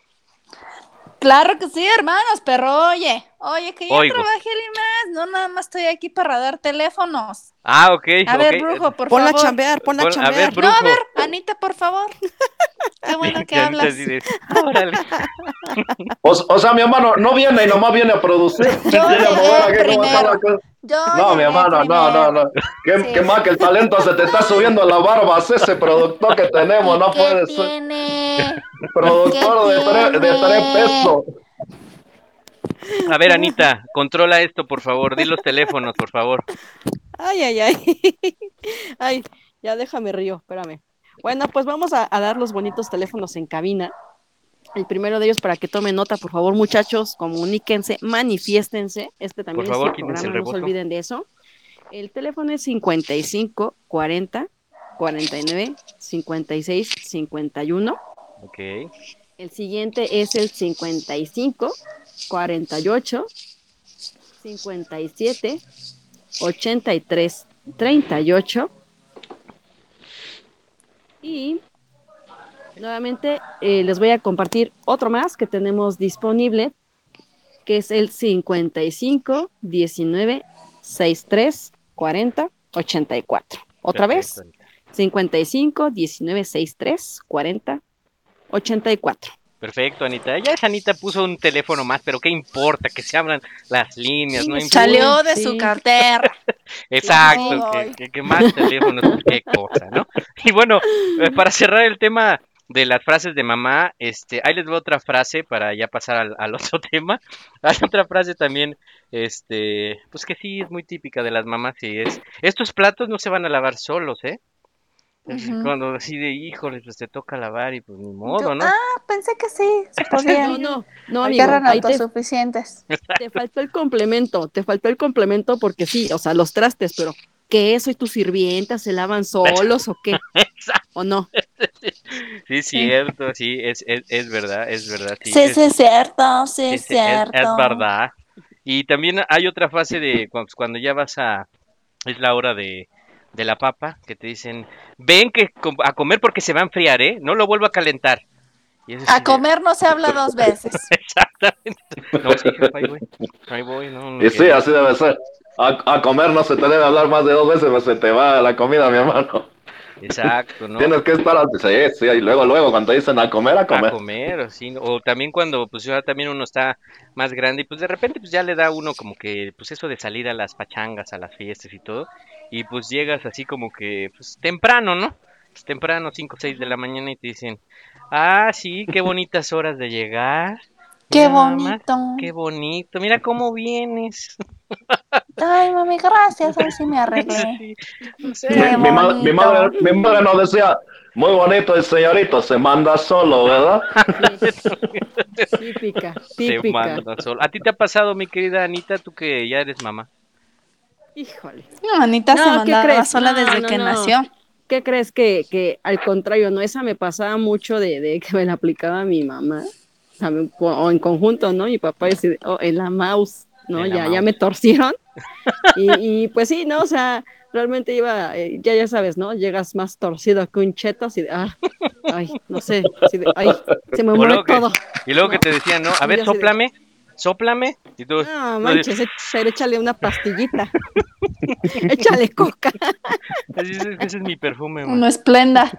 Claro que sí, hermanos, pero oye, oye, que ya Oigo. trabajé más, no nada más estoy aquí para dar teléfonos. Ah, ok. A ver, ok. Brujo, por Ponla a favor. chambear, ponla a Pon- a ver, chambear. No, Brujo. a ver, Anita, por favor. Qué bueno que Y Anita hablas. así de, órale. O, o sea, mi hermano no viene y nomás viene a producir. Yo Viene a mover aquí llegué cómo está la primero. cosa. Yo No, mi llegué hermano, no, no, primero. no. ¿Qué, Sí. qué más que el talento se te está subiendo a la barba? Haz ese productor que tenemos, ¿Y no qué puede ser. tiene? Productor ¿Qué de, tres- de tres tiene? pesos. A ver, Anita, controla esto, por favor. Di los teléfonos, por favor. Ay, ay, ay. Ay, ya déjame río, espérame. Bueno, pues vamos a, a dar los bonitos teléfonos en cabina. El primero de ellos, para que tomen nota, por favor, muchachos, comuníquense, manifiéstense. Este también por favor, es el programa, el no se olviden de eso. El teléfono es cincuenta y cinco, cuarenta, cuarenta y nueve, cincuenta y seis, cincuenta y uno. Ok. El siguiente es el cincuenta y cinco, cuarenta y ocho, cincuenta y siete, ochenta y tres, treinta y ocho. Y nuevamente eh, les voy a compartir otro más que tenemos disponible, que es el cincuenta y cinco, diecinueve, sesenta y tres, cuarenta, ochenta y cuatro. Otra Perfecto. vez, cincuenta y cinco, diecinueve, sesenta y tres, cuarenta, ochenta y cuatro. Perfecto, Anita. Ya esa Anita puso un teléfono más, pero ¿qué importa? Que se abran las líneas, ¿no? Salió de sí. su cartera. Exacto, que, que, que más teléfonos, qué cosa, ¿no? Y bueno, para cerrar el tema de las frases de mamá, este, ahí les doy otra frase para ya pasar al, al otro tema. Hay otra frase también, este, pues que sí es muy típica de las mamás, y es, estos platos no se van a lavar solos, ¿eh? Uh-huh. Cuando así de híjole, pues te toca lavar y pues ni modo, Yo, ¿no? Ah, pensé que sí, se podía. No, no, no, amigo, eran autosuficientes. Te, te faltó el complemento, te faltó el complemento porque sí, o sea, los trastes, pero ¿qué eso y tus sirvientas se lavan solos o qué? ¿O no? Sí, cierto, sí, es, es, es verdad, es verdad. Sí, sí, es, sí, es cierto, sí, es, es cierto. Es, es verdad. Y también hay otra fase de cuando ya vas a, es la hora de de la papa, que te dicen, ven que a comer porque se va a enfriar, ¿eh? No lo vuelvo a calentar. Y a sí, comer de... no se habla dos veces. Exactamente. No, sí, jefa, ahí voy. Ahí voy, no, no y sí, así debe ser. A, a comer no se te debe hablar más de dos veces, pues se te va la comida, mi hermano. Exacto, ¿no? Tienes que estar antes, sí, sí, y luego, luego, cuando dicen a comer, a comer. A comer, sí, o también cuando, pues ya también uno está más grande y pues de repente pues ya le da uno como que, pues eso de salir a las pachangas, a las fiestas y todo, y pues llegas así como que, pues temprano, ¿no? Pues, temprano, cinco o seis de la mañana y te dicen, ah, sí, qué bonitas horas de llegar. Qué bonito. Mamá, qué bonito, mira cómo vienes. Ay, mami, gracias, hoy sí me arreglé. Sí, sí. Mi, mi, ma mi, madre, mi madre nos decía, muy bonito el señorito, se manda solo, ¿verdad? Típica, típica. Se manda solo. ¿A ti te ha pasado, mi querida Anita, tú que ya eres mamá? Híjole. No, Anita no, se mandaba sola no, desde no, que no. nació. ¿Qué crees? Que, que al contrario, no, esa me pasaba mucho de, de que me la aplicaba mi mamá, o en conjunto, ¿no? Mi papá decía, oh, en la mouse. ¿no? Ya, ya me torcieron. Y, y pues sí, ¿no? O sea, realmente iba, eh, ya ya sabes, ¿no? Llegas más torcido que un cheto, así de, ah, ay, no sé, así de, ay, se me mueve todo. Que, y luego no. que te decían, ¿no? A ver, sóplame, de... sóplame. Y tú, no, manches, no, échale, échale una pastillita. Échale coca. Ese es, ese es mi perfume, man. Uno esplenda.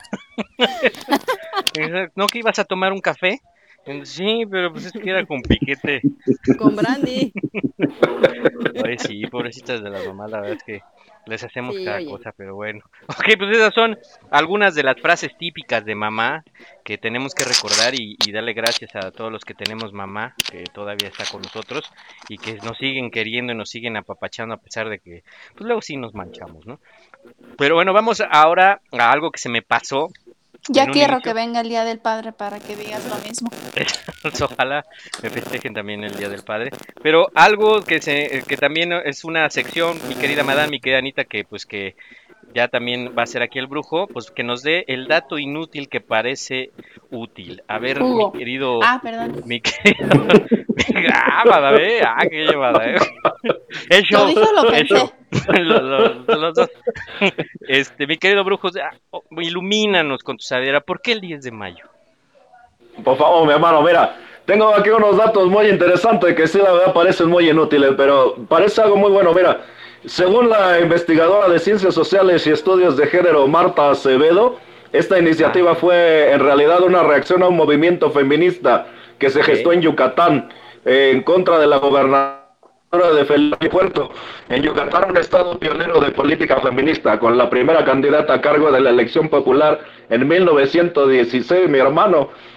¿No que ibas a tomar un café? Sí, pero pues es que era con piquete. Con brandy. Ay, sí, pobrecitas de las mamás, la verdad es que les hacemos sí, cada oye. cosa, pero bueno. Ok, pues esas son algunas de las frases típicas de mamá que tenemos que recordar y, y darle gracias a todos los que tenemos mamá, que todavía está con nosotros y que nos siguen queriendo y nos siguen apapachando a pesar de que, pues luego sí nos manchamos, ¿no? Pero bueno, vamos ahora a algo que se me pasó. Ya quiero inicio. que venga el Día del Padre para que digas lo mismo. Ojalá me festejen también el Día del Padre. Pero algo que se que también es una sección, mi querida madame, mi querida Anita, que pues que ya también va a ser aquí el brujo, pues que nos dé el dato inútil que parece útil. A ver, Hugo. mi querido... Ah, perdón. Mi querido... ah, madame, ah, qué llevada, eh. El show, lo dije o lo pensé. los, los, los dos. Este, mi querido brujo, ilumínanos con tu sabiduría. ¿Por qué el diez de mayo? Por favor, mi hermano, mira, tengo aquí unos datos muy interesantes que sí, la verdad, parecen muy inútiles, pero parece algo muy bueno. Mira, según la investigadora de Ciencias Sociales y Estudios de Género, Marta Acevedo, esta iniciativa fue en realidad una reacción a un movimiento feminista que se gestó ¿Sí? en Yucatán eh, en contra de la gobernadora de Felipe Puerto. En Yucatán, un estado pionero de política feminista, con la primera candidata a cargo de la elección popular en mil novecientos dieciséis, mi hermano.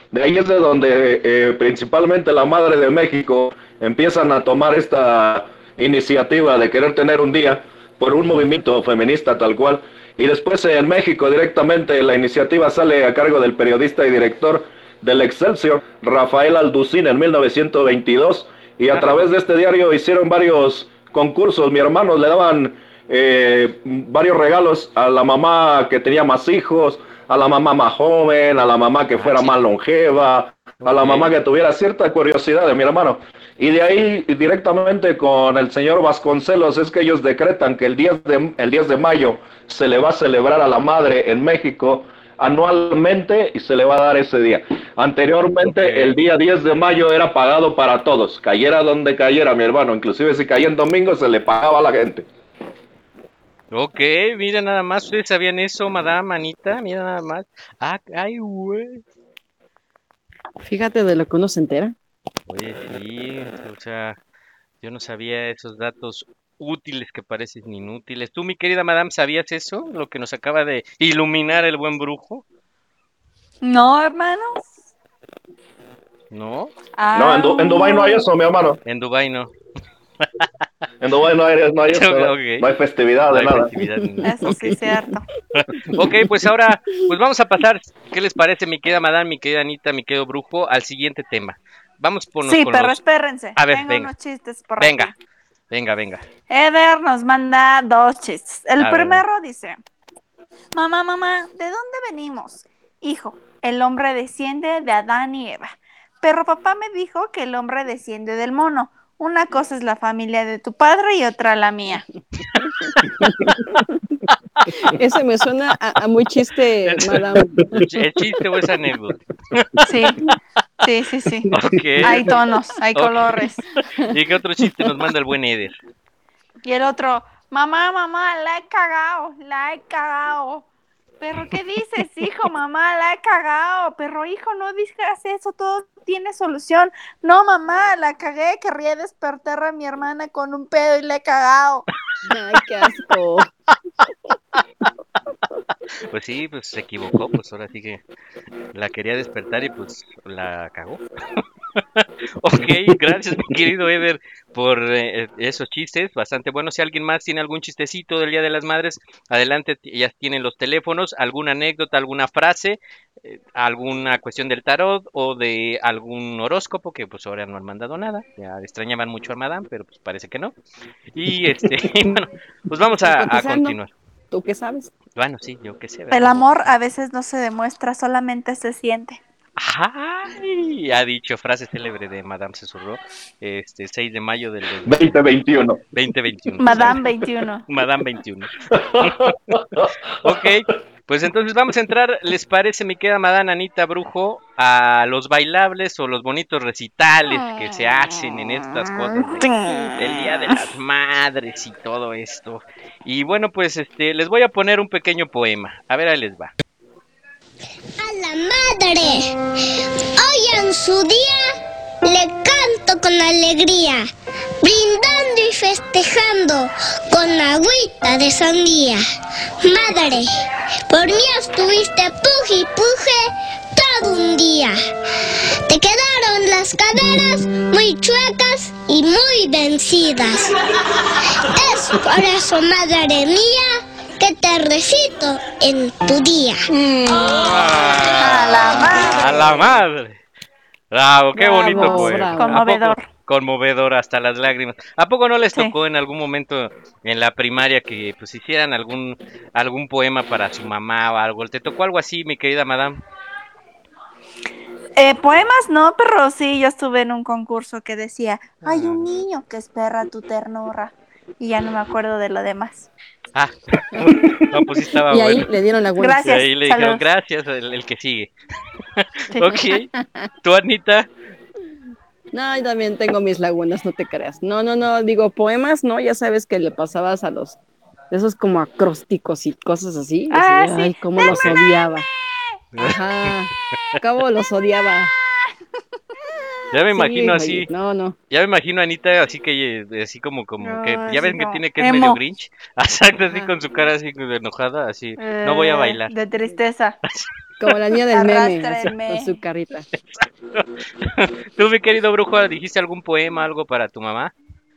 De ahí es de donde eh, principalmente la Madre de México empiezan a tomar esta iniciativa de querer tener un día por un movimiento feminista tal cual. Y después en México directamente la iniciativa sale a cargo del periodista y director del Excelsior, Rafael Alducín, en mil novecientos veintidós, y a través de este diario hicieron varios concursos. Mi hermano le daban eh, varios regalos a la mamá que tenía más hijos, a la mamá más joven, a la mamá que fuera más longeva, a la mamá que tuviera cierta curiosidad de mi hermano. Y de ahí directamente con el señor Vasconcelos es que ellos decretan que el diez de, el diez de mayo se le va a celebrar a la madre en México anualmente y se le va a dar ese día. Anteriormente okay. el día diez de mayo era pagado para todos, cayera donde cayera mi hermano, inclusive si caía en domingo se le pagaba a la gente. Ok, mira nada más, ¿ustedes sabían eso, madame Anita? Mira nada más. Ah, ay, güey. Fíjate de lo que uno se entera. Oye, sí, o sea, yo no sabía esos datos útiles que parecen inútiles. ¿Tú, mi querida madame, sabías eso? Lo que nos acaba de iluminar el buen brujo. No, hermanos. ¿No? Ah, no, en, du en Dubái no hay eso, mi hermano. En Dubái no. En Dubái no hay, no hay eso, okay. no hay festividad no de hay nada. Festividad, no. Eso sí es cierto. Ok, pues ahora, pues vamos a pasar, ¿qué les parece, mi querida madame, mi querida Anita, mi querido brujo, al siguiente tema? Vamos por Sí, con pero los... espérense. A ver, Tengo venga. unos chistes por Venga, aquí. venga, venga. Eder nos manda dos chistes. El A primero ver. dice: Mamá, mamá, ¿de dónde venimos? Hijo, el hombre desciende de Adán y Eva. Pero papá me dijo que el hombre desciende del mono. Una cosa es la familia de tu padre y otra la mía. Ese me suena a, a muy chiste, madame. ¿El chiste o esa anécdota? Sí, sí, sí, sí. Okay. Hay tonos, hay Okay. colores. ¿Y qué otro chiste nos manda el buen Eder? Y el otro: mamá, mamá, la he cagado, la he cagado. Perro, ¿qué dices, hijo? Mamá, la he cagado. Perro, hijo, no digas eso, todo tiene solución. No, mamá, la cagué, querría despertar a mi hermana con un pedo y la he cagado. Ay, qué asco. Pues sí, pues se equivocó, pues ahora sí que la quería despertar y pues la cagó. Ok, gracias mi querido Eder por eh, esos chistes, bastante buenos. Si alguien más tiene algún chistecito del Día de las Madres, adelante, ya tienen los teléfonos, alguna anécdota, alguna frase, eh, alguna cuestión del tarot o de algún horóscopo, que pues ahora no han mandado nada, ya extrañaban mucho a Madame, pero pues parece que no. Y este, bueno, pues vamos a, a continuar. ¿Tú qué sabes? Bueno, sí, yo qué sé. ¿verdad? El amor a veces no se demuestra, solamente se siente. ¡Ay! Ha dicho frase célebre de Madame Susurró, este seis de mayo del veinte veintiuno. veinte veintiuno. Madame veintiuno. Madame veintiuno. Ok, pues entonces vamos a entrar, ¿les parece, mi querida Madame Anita Brujo, a los bailables o los bonitos recitales que se hacen en estas cosas de, del Día de las Madres y todo esto? Y bueno, pues este les voy a poner un pequeño poema. A ver, ahí les va. A la madre, hoy en su día le canto con alegría, brindando y festejando con agüita de sandía. Madre, por mí estuviste puje y puje todo un día. Te quedaron las caderas muy chuecas y muy vencidas. Es por eso, madre mía, que te recito en tu día. Ah, a la madre. A la madre. Bravo, qué Bravo, bonito poema. bravo. Conmovedor. Conmovedor hasta las lágrimas. ¿A poco no les Sí. tocó en algún momento en la primaria que pues hicieran algún algún poema para su mamá o algo? ¿Te tocó algo así, mi querida madame? Eh, poemas no, pero sí, yo estuve en un concurso que decía: hay un niño que espera tu ternura. Y ya no me acuerdo de lo demás. Ah, no, pues sí estaba Y ahí bueno. le dieron la buena. Gracias. Y ahí le dijeron saludos. gracias, el, el que sigue. Sí. Ok. ¿Tú, Anita? No, yo también tengo mis lagunas, no te creas. No, no, no, digo, poemas, no, ya sabes que le pasabas a los, esos como acrósticos y cosas así. Ah, así, sí. Ay, cómo los odiaba. Ajá, cómo los odiaba. Ya me Sí, imagino oye, así, No, no. ya me imagino a Anita así que, eh, así como, como que, No, ya así ven que como tiene que es emo. medio Grinch, exacto, así Ajá. con su cara así enojada, así, no voy a Eh, bailar. De tristeza. Como la niña del meme, así, Arrástrenme. con su carrita. Tú, mi querido brujo, ¿dijiste algún poema, algo para tu mamá?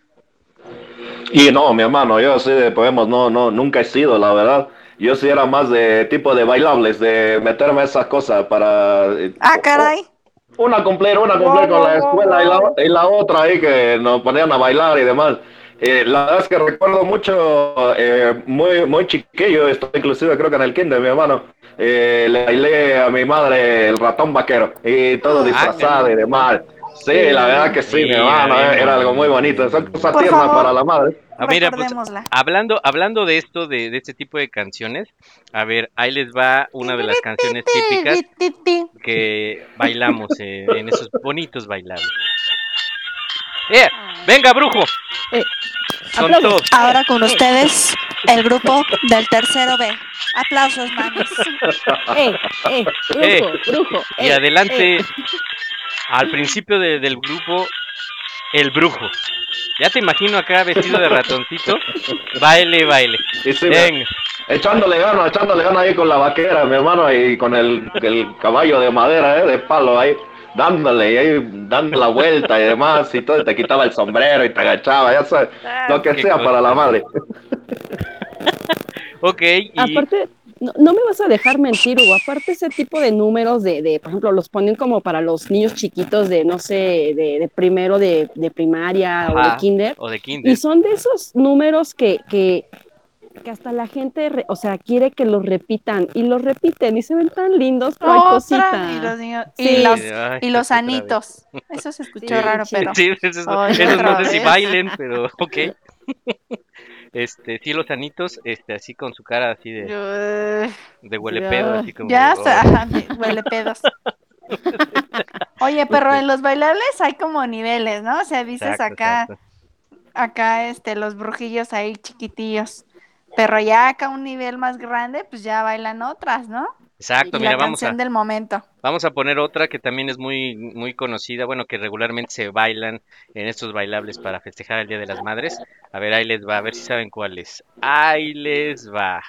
Y no, mi hermano, yo así de poemas no, no, nunca he sido, la verdad. Yo sí era más de tipo de bailables, de meterme esas cosas para... eh, Ah, caray. Una cumplir, una cumplir con la escuela y la, y la otra ahí que nos ponían a bailar y demás. Eh, la verdad es que recuerdo mucho, eh, muy, muy chiquillo, esto inclusive creo que en el kinder, mi hermano, eh, le bailé a mi madre el ratón vaquero y todo disfrazado y demás. Sí, la verdad que sí, mi hermano, eh, era algo muy bonito, esa cosa Por tierna favor. para la madre. Ah, mira, pues, Recordémosla. hablando, hablando de esto, de, de este tipo de canciones, a ver, ahí les va una de las canciones típicas que bailamos eh, en esos bonitos bailables. ¡Eh! ¡Venga, brujo! Eh, Con aplausos. todo. Ahora con ustedes, el grupo del tercero B. Aplausos, mamis. ¡Eh, eh! ¡Brujo, Eh, brujo! Y eh, adelante, eh. al principio de- del grupo, el brujo. Ya te imagino acá vestido de ratoncito, baile, baile. Y sí, Venga. echándole ganas, echándole ganas ahí con la vaquera, mi hermano, y con el, el caballo de madera, eh, de palo ahí, dándole, y ahí dando la vuelta y demás, y todo, y te quitaba el sombrero y te agachaba, ya sabes, lo que qué sea cosa. para la madre. Ok, y Aparte, no, no me vas a dejar mentir, Hugo. Aparte, ese tipo de números de, de, por ejemplo, los ponen como para los niños chiquitos de, no sé, de, de primero de, de primaria o de ajá, kinder. o de kinder. Y son de esos números que, que, que hasta la gente, re- o sea, quiere que los repitan. Y los repiten y se ven tan lindos. ¡Ay, Otra, cosita! y los niños- Sí. y los, Ay, y los otra vez. anitos. Eso se escuchó Sí, raro, sí. pero. Sí, esos, Oye, esos otra no sé si vez. bailen, pero ok. Este, sí, los anitos, este, así con su cara así de, Yo- de huele pedo, Ya. así como Ya, de, se- "Oh". ajá, de- huele pedos. Oye, pero en los bailables hay como niveles, ¿no? O sea, dices Exacto, acá, exacto. acá, este, los brujillos ahí chiquitillos. Pero ya acá un nivel más grande, pues ya bailan otras, ¿no? Exacto, Y mira, la vamos a, canción del momento. vamos a poner otra que también es muy, muy conocida, bueno, que regularmente se bailan en estos bailables para festejar el Día de las Madres. A ver, ahí les va, a ver si saben cuál es. Ahí les va.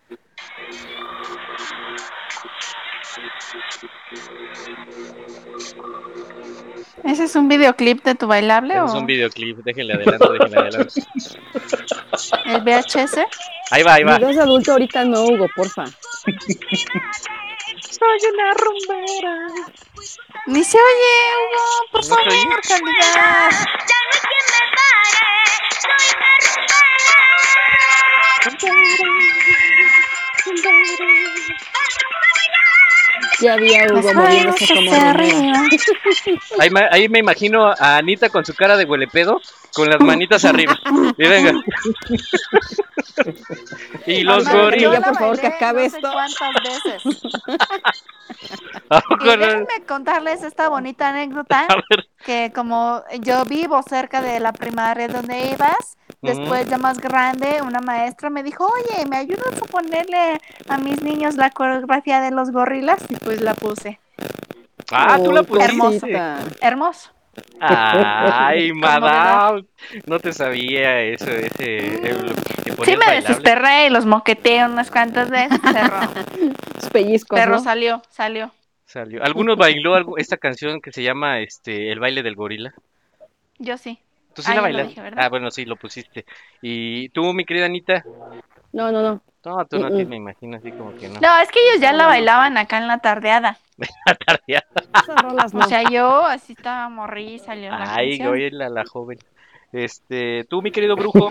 ¿Ese es un videoclip de tu bailable Ese o es un videoclip, déjenle adelante, déjenle adelante. el V H S? Ahí va, ahí va. Videos de adulto ahorita no, Hugo, porfa. Soy una rumbera. Ni se oye, Hugo, por ¿No se favor, oye? calidad. Ya había Hugo Las moviéndose manos como hacia rumbera. arriba. Ahí, me- ahí me imagino a Anita con su cara de huelepedo, con las manitas arriba. Y venga. Y los Mamá, yo gorilas. Ya, la por favor, que bailé acabe no sé esto. cuántas veces. ¿A Y poco no? déjenme contarles esta bonita anécdota, A ver. que como yo vivo cerca de la primaria donde ibas, después ya más grande, una maestra me dijo, oye, ¿me ayudas a ponerle a mis niños la coreografía de los gorilas? Y pues la puse. Ah, tú la Uy, pusiste. cosita. Hermoso. Ay, ¿Cómo ves? madame. No te sabía eso, ese. eh, lo que Sí ponías me bailable. desesperé y los moqueteé unas cuantas veces, pero, Sus pellizcos, pero ¿no? salió, salió. Salió. ¿Alguno bailó algo, esta canción que se llama este El baile del gorila? Yo sí. ¿Tú sí Ah, la ya lo bailaste? dije, ¿verdad? Ah, bueno, sí, lo pusiste. ¿Y tú, mi querida Anita? No, no, no. No, tú no, Mm, sí, mm. me imagino así como que no. No, es que ellos ya No, la no, no. bailaban acá en la tardeada. La tardeada. Esas rolas no. O sea, yo así estaba morrí y salió la Ay, canción. oye, la, la joven. Este, tú, mi querido brujo,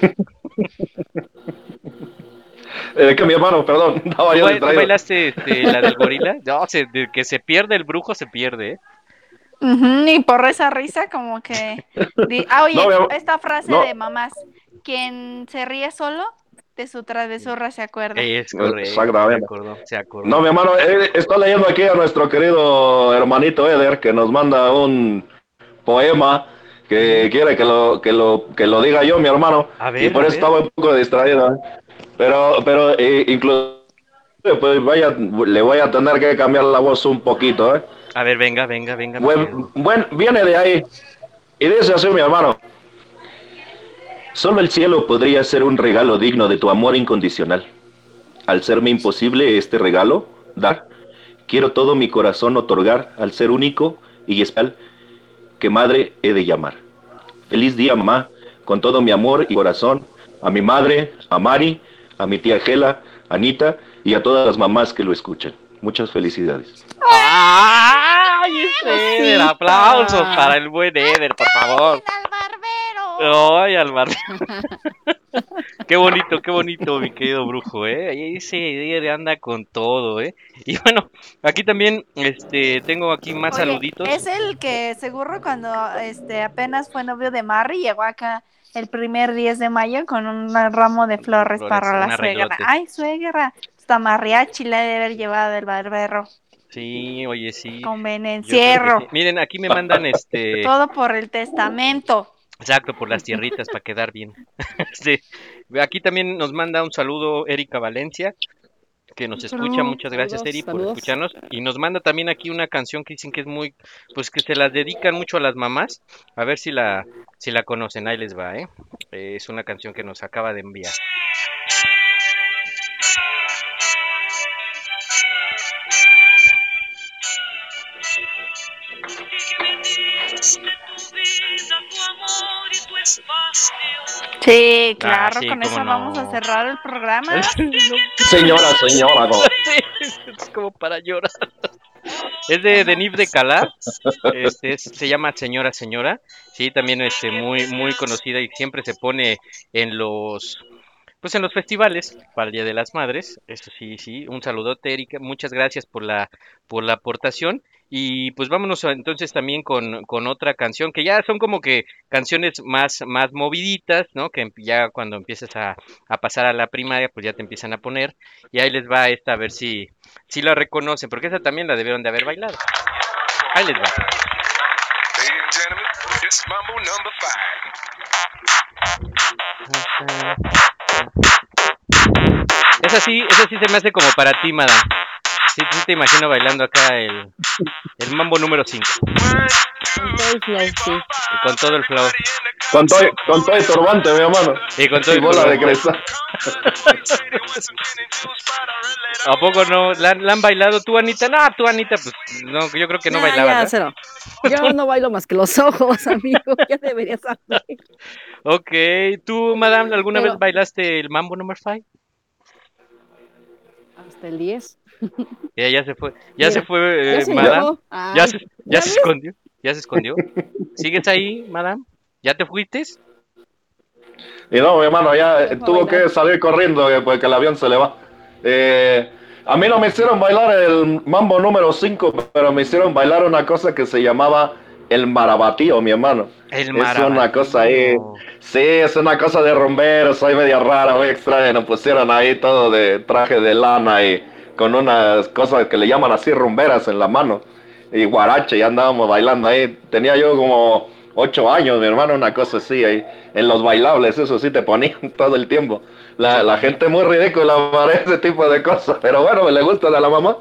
Eh, que mi hermano, perdón, estaba ¿tú, yo ba- tú distraído. bailaste este, la del gorila? No, se, de que se pierde el brujo, se pierde, ¿eh? Ujú, y por esa risa como que... di- Ah, oye, No, mi amor, esta frase no. de mamás. Quien se ríe solo, de su travesura se acuerda. Es correcto, se Exactamente. acordó, se acordó. No, mi hermano, eh, estoy leyendo aquí a nuestro querido hermanito Eder, que nos manda un poema que quiere que lo, que lo, que lo diga yo, mi hermano. A ver, y por a eso ver. estaba un poco distraído. ¿eh? Pero, pero eh, incluso, pues vaya, le voy a tener que cambiar la voz un poquito, ¿eh? A ver, venga, venga, venga. mi Buen, querido. buen, viene de ahí. Y dice así, mi hermano. Solo el cielo podría ser un regalo digno de tu amor incondicional. Al serme imposible este regalo, dar, quiero todo mi corazón otorgar al ser único y especial que madre he de llamar. Feliz día, mamá, con todo mi amor y corazón, a mi madre, a Mari, a mi tía Gela, a Anita y a todas las mamás que lo escuchan. Muchas felicidades. ¡Ay, Eder! ¡Aplausos para el buen Eder, por favor! ¡Ay, al barbero! Qué bonito, qué bonito, mi querido brujo, ¿eh? Ese Eder anda con todo, ¿eh? Y bueno, aquí también este, tengo aquí más Oye, saluditos. es el que seguro cuando este apenas fue novio de Mari llegó acá el primer diez de mayo con un ramo de flores, Flores, para un la suegra. arreglote. Ay, suegra, hasta mariachi le ha de haber llevado el barbero Sí, oye, sí. con Yo creo que venencierro. sí. Miren, aquí me mandan este... Todo por el testamento. Exacto, por las tierritas, para quedar bien. Sí. Aquí también nos manda un saludo Erika Valencia, que nos escucha. Saludos, Muchas gracias, saludos, Eri, por saludos. escucharnos. Y nos manda también aquí una canción que dicen que es muy, pues que se las dedican mucho a las mamás. A ver si la, si la conocen. Ahí les va, ¿eh? Eh, Es una canción que nos acaba de enviar. Sí, claro, Ah, sí, con cómo eso no. vamos a cerrar el programa. Señora, señora, no. Sí, es como para llorar. Es de Denif de Calar, este es- se llama Señora Señora, sí, también este muy muy conocida y siempre se pone en los pues en los festivales para el Día de las Madres. Eso sí, sí, un saludote, Erika, muchas gracias por la por la aportación. Y pues vámonos a- entonces también con, con otra canción que ya son como que canciones más, más moviditas, ¿no? Que em- ya cuando empiezas a, a pasar a la primaria, pues ya te empiezan a poner. Y ahí les va esta a ver si, si la reconocen, porque esa también la debieron de haber bailado. Ahí les va. Ladies and gentlemen, this Mambo number five. Esa sí, esa sí se me hace como para ti, madame. Sí, sí te imagino bailando acá el, el mambo número cinco. Con todo el flow, sí. Y con todo el flow. Con todo, con todo el turbante, mi hermano. Y con todo Y el bola de turbante. cristal. ¿A poco no? ¿La, la han bailado tú, Anita? No, tú, Anita, pues no, yo creo que no Ya, bailaba, ya, ¿verdad? cero. Yo no bailo más que los ojos, amigo. Ya deberías saber. Ok, ¿tú, madame, alguna Pero- vez bailaste el mambo number five? Hasta el diez. Ya, ya se fue, ya Mira, se fue, ya eh, se madame. llevó. Ya Ay, se, ya ¿ya se ves? escondió, ya se escondió. ¿Sigues ahí, madame? ¿Ya te fuiste? Y no, mi hermano, ya Deja eh, tuvo bailar. que salir corriendo eh, porque el avión se le va. Eh, a mí no me hicieron bailar el mambo número cinco, pero me hicieron bailar una cosa que se llamaba el marabatío, mi hermano. El Es una cosa ahí, sí, es una cosa de rumberos, soy media rara, muy extraña. Nos pusieron ahí todo de traje de lana y con unas cosas que le llaman así rumberas en la mano. Y guarache, y andábamos bailando ahí. Tenía yo como ocho años, mi hermano, una cosa así ahí. En los bailables, eso sí te ponían todo el tiempo. La, la gente muy ridícula para ese tipo de cosas, pero bueno, le gusta a la mamá.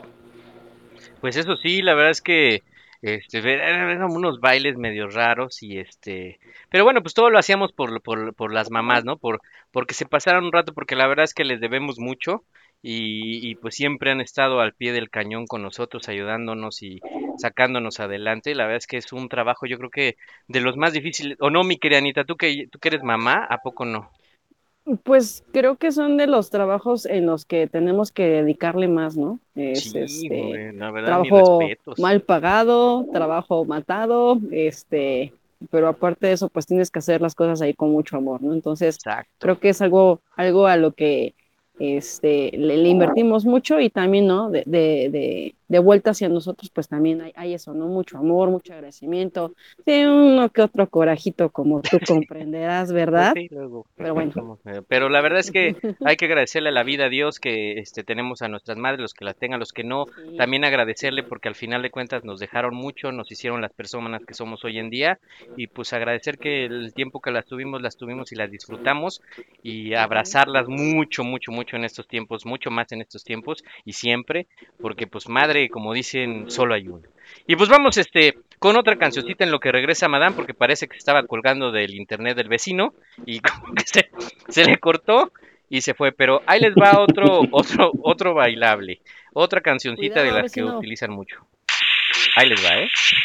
Pues eso sí, la verdad es que este eran unos bailes medio raros y este, pero bueno, pues todo lo hacíamos por por, por las mamás, ¿no? Por porque se pasaran un rato, porque la verdad es que les debemos mucho y, y pues siempre han estado al pie del cañón con nosotros, ayudándonos y sacándonos adelante. La verdad es que es un trabajo, yo creo que de los más difíciles. ¿O no, mi querida Anita? ¿Tú que tú que eres mamá, a poco no? Pues creo que son de los trabajos en los que tenemos que dedicarle más, ¿no? Es Sí, este güey, la verdad, mis trabajo respetos. mal pagado, trabajo matado, este, pero aparte de eso, pues tienes que hacer las cosas ahí con mucho amor, ¿no? Entonces, Exacto. creo que es algo, algo a lo que este, le, le invertimos mucho y también, ¿no? De, de, de, de vuelta hacia nosotros, pues también hay, hay eso, ¿no? Mucho amor, mucho agradecimiento, sí, uno que otro corajito, como tú comprenderás, ¿verdad? Pues sí, luego, Pero bueno. somos, eh, pero la verdad es que hay que agradecerle a la vida a Dios que este, tenemos a nuestras madres, los que las tengan, los que no, Sí. también agradecerle porque al final de cuentas nos dejaron mucho, nos hicieron las personas que somos hoy en día y pues agradecer que el tiempo que las tuvimos, las tuvimos y las disfrutamos y abrazarlas mucho, mucho, mucho en estos tiempos, mucho más en estos tiempos y siempre, porque pues madre, como dicen, solo hay una. Y pues vamos este con otra cancioncita en lo que regresa Madame, porque parece que se estaba colgando del internet del vecino y como que se, se le cortó. y se fue. Pero ahí les va otro, otro, otro bailable, otra cancioncita Cuidado, de las vecino. que utilizan mucho. Ahí les va, ¿eh?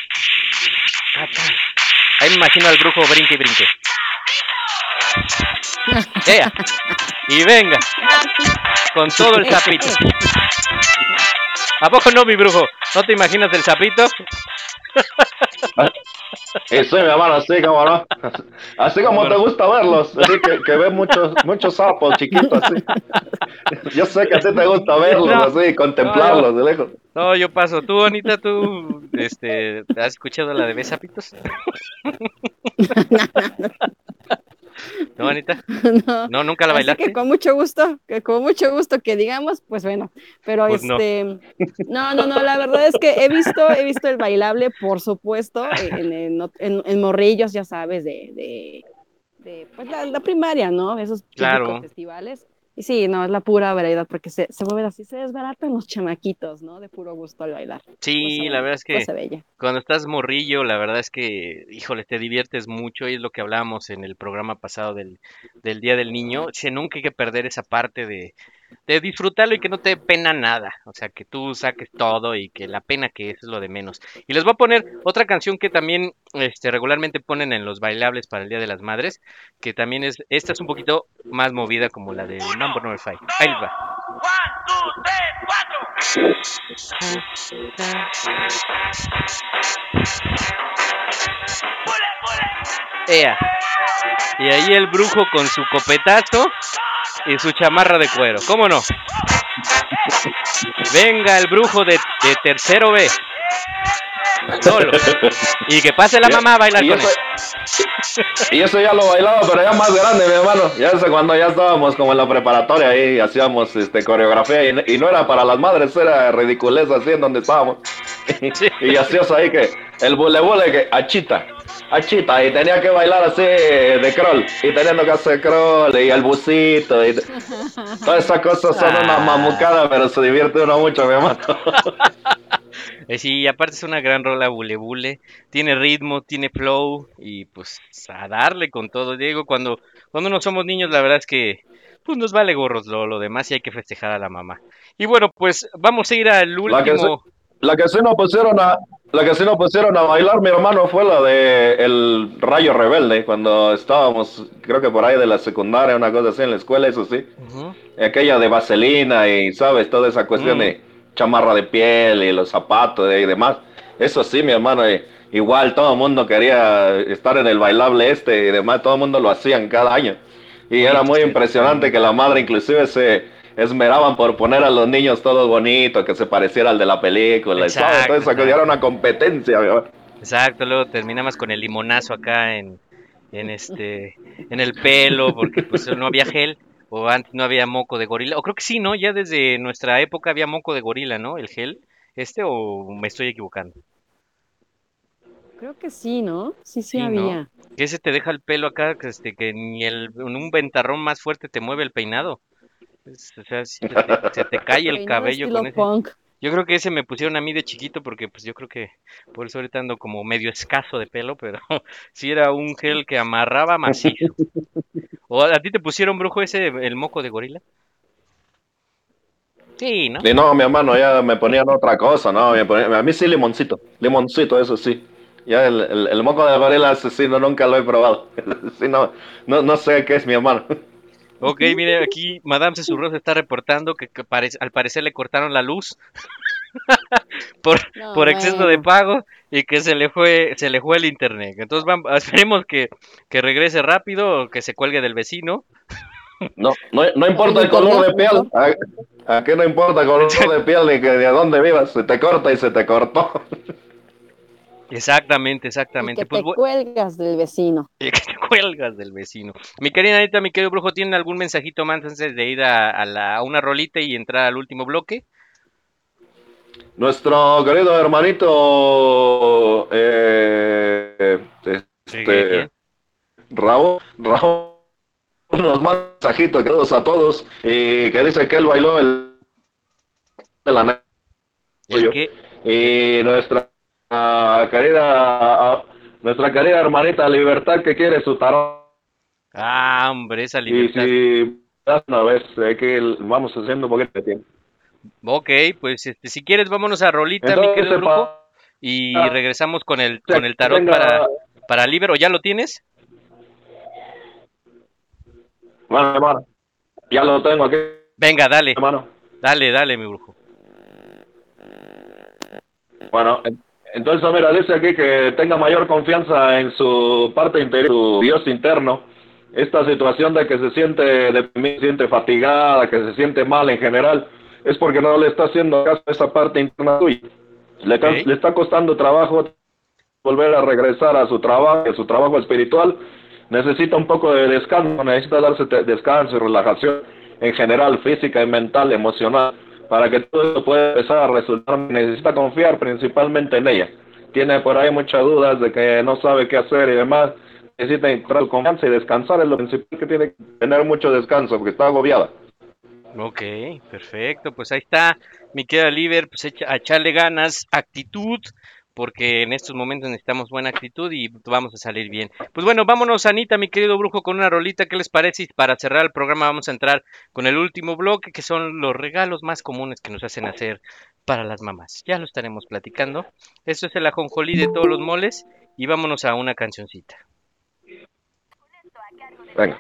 Ahí me imagino al brujo brinque y brinque. ¡Ea! Y venga, con todo el sapito. ¿A poco no, mi brujo? ¿No te imaginas el sapito? Eso, mi hermano, así como no. Así como te gusta verlos. Así que, que ves muchos muchos sapos chiquitos así. Yo sé que a ti te gusta verlos No, así, contemplarlos de lejos. No, yo paso. Tú, Anita, tú, este, ¿has escuchado la de Ves Sapitos? ¿No, Anita? No, No, nunca la así bailaste. que con mucho gusto, que con mucho gusto que digamos, pues bueno, pero Pues no. este, no. no, no, la verdad es que he visto, he visto el bailable, por supuesto, en, en, en, en morrillos, ya sabes, de, de, de pues la, la primaria, ¿no? Esos típicos Claro. festivales. Y sí, no, es la pura verdad, porque se, se mueven así, se desbaratan los chamaquitos, ¿no? De puro gusto al bailar. Sí, Cosa la bella, verdad es que cosa bella. cuando estás morrillo, la verdad es que, híjole, te diviertes mucho y es lo que hablábamos en el programa pasado del, del Día del Niño. Si nunca hay que perder esa parte de, de disfrutarlo y que no te dé pena nada. O sea, que tú saques todo y que la pena que es lo de menos. Y les voy a poner otra canción que también este, regularmente ponen en los bailables para el Día de las Madres, que también es, esta es un poquito más movida como la de Mambo número cinco. Ahí les va. Ea. Y ahí el brujo con su copetazo y su chamarra de cuero. ¿Cómo no? Venga el brujo de, de tercero B. Solo. Y que pase la mamá a bailar y con eso, él. Y eso ya lo bailaba, pero ya más grande, mi hermano. Ya sé cuando ya estábamos como en la preparatoria ahí, hacíamos este coreografía y, y no era para las madres, era ridiculez así en donde estábamos. Y hacías ahí que el bule bule que achita, achita, y tenía que bailar así de crawl, y teniendo que hacer crawl, y el busito, y todas esas cosas son una mamucada, pero se divierte uno mucho, mi hermano. Eh, sí, aparte es una gran rola bule bule, tiene ritmo, tiene flow y pues a darle con todo, Diego. Cuando, cuando no somos niños, la verdad es que pues nos vale gorros lo, lo demás y hay que festejar a la mamá. Y bueno, pues vamos a ir al último. La que se, la que sí nos pusieron a, la que sí nos pusieron a bailar, mi hermano, fue la de El Rayo Rebelde, cuando estábamos, creo que por ahí de la secundaria, una cosa así en la escuela, eso sí. Uh-huh. Aquella de vaselina y, ¿sabes? Toda esa cuestión uh-huh. de chamarra de piel y los zapatos y demás. Eso sí, mi hermano, igual todo el mundo quería estar en el bailable este y demás, todo el mundo lo hacían cada año. Y era muy impresionante que la madre inclusive se esmeraban por poner a los niños todos bonitos, que se pareciera al de la película. Exacto, y todo eso, que era una competencia, mi hermano. Exacto, luego terminamos con el limonazo acá en, en este, en el pelo, porque pues no había gel. O antes no había moco de gorila, o creo que sí, ¿no? Ya desde nuestra época había moco de gorila, ¿no? El gel, este, o me estoy equivocando. Creo que sí, ¿no? Sí, sí, sí había. ¿no? Que ese te deja el pelo acá, que, este, que ni el, un ventarrón más fuerte te mueve el peinado. Es, o sea, se te, se te cae el cabello con ese. Punk. Yo creo que ese me pusieron a mí de chiquito porque pues yo creo que por eso ahorita ando como medio escaso de pelo, pero sí era un gel que amarraba macizo. ¿O a ti te pusieron, brujo, ese, el moco de gorila? Sí, ¿no? Sí, no, mi hermano, ya me ponían otra cosa, ¿no? Me ponían, a mí sí limoncito, limoncito, eso sí. Ya el, el, el moco de gorila, ese sí, no, nunca lo he probado. Sí, no, no, no sé qué es, mi hermano. Ok, mire, aquí Madame Cesurro se está reportando que, que pare, al parecer le cortaron la luz por, no, por exceso bueno. de pago y que se le fue se le fue el internet. Entonces vamos, esperemos que, que regrese rápido o que se cuelgue del vecino. No, no, no importa el color de piel. Aquí no importa el color de piel ni que de dónde vivas. Se te corta y se te cortó. Exactamente, exactamente. Y que pues, te cuelgas del vecino. Y que te cuelgas del vecino. Mi querida Anita, mi querido brujo, ¿tienen algún mensajito más antes de ir a, a, la, a una rolita y entrar al último bloque? Nuestro querido hermanito eh, este, Raúl, Raúl nos manda un mensajito que todos a todos y que dice que él bailó el de la ¿El qué? Y nuestra Uh, querida, uh, nuestra querida hermanita Libertad que quiere su tarot. Ah, hombre, esa Libertad. Y si una vez, eh, que vamos haciendo un poquito de tiempo. Ok, pues este, si quieres vámonos a rolita, Entonces, mi querido Brujo, pa- y ah, regresamos con el sí, con el tarot venga. para para Libero. ¿Ya lo tienes? Bueno, hermano, ya lo tengo aquí. Venga, dale. Hermano. Dale, dale, mi Brujo. Bueno, en- entonces mira, dice aquí que tenga mayor confianza en su parte interior, su Dios interno. Esta situación de que se siente deprimida, se siente fatigada, que se siente mal en general, es porque no le está haciendo caso a esa parte interna tuya. Le, ca- Ok. le está costando trabajo volver a regresar a su trabajo, a su trabajo espiritual. Necesita un poco de descanso, necesita darse te- descanso y relajación en general, física y mental, emocional, para que todo esto pueda empezar a resultar. Necesita confiar principalmente en ella. Tiene por ahí muchas dudas de que no sabe qué hacer y demás. Necesita entrar en confianza y descansar, es lo principal, que tiene que tener mucho descanso porque está agobiada. Ok, perfecto. Pues ahí está, mi querida Liber, pues echa, a echarle ganas, actitud, porque en estos momentos necesitamos buena actitud y vamos a salir bien. Pues bueno, vámonos, Anita, mi querido Brujo, con una rolita. ¿Qué les parece? Y para cerrar el programa vamos a entrar con el último bloque, que son los regalos más comunes que nos hacen hacer para las mamás. Ya lo estaremos platicando. Esto es el ajonjolí de todos los moles y vámonos a una cancioncita. Venga.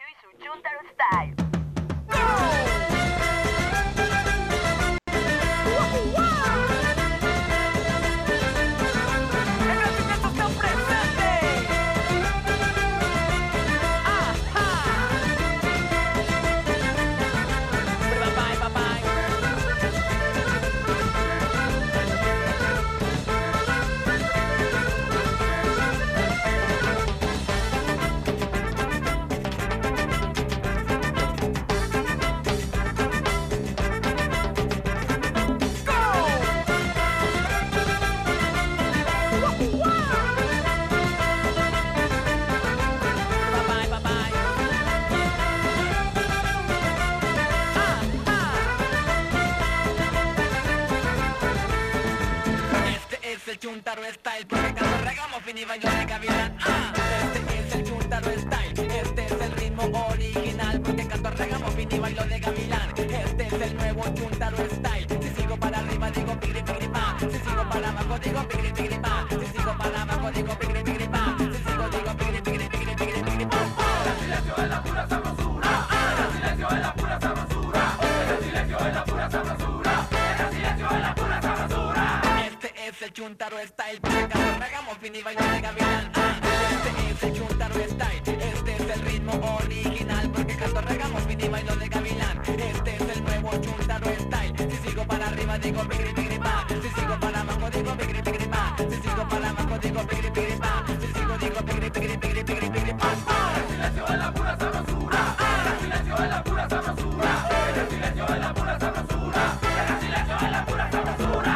Este es el Chuntaro Style, porque cuando regamos fin y bailo de gavilán. Ah, este es el Chuntaro Style, este es el ritmo original, porque canto regamos fin y bailo de gavilán. Este es el nuevo Chuntaro Style. Si sigo para arriba digo pigri pigri pa, si sigo para abajo digo pigri pigri pa, si sigo para abajo digo pigri pigri pa, si sigo digo pigri pigri pigri pigri pigri pa. El silencio es la pura sabrosura, el silencio es la pura sabrosura, el silencio es la pura sabrosura, el silencio es la pura sabrosura. Este es el Chuntaro Style, porque cuando regamos fin y bailo de gavilán. Ah, este es el Chuntaro Style, este es el ritmo original, porque cuando regamos fin y bailo de gavilán. Este es el nuevo Chuntaro Style. Si sigo para arriba digo pigri pigri pa, si sigo para abajo digo pigri pigri pa, si sigo para abajo digo pigri pigri pa, si sigo digo pigri pigri pigri pigri pigri pa. El silencio es la pura sabrosura, el silencio es la pura sabrosura, el silencio es la pura sabrosura, el silencio es la pura sabrosura.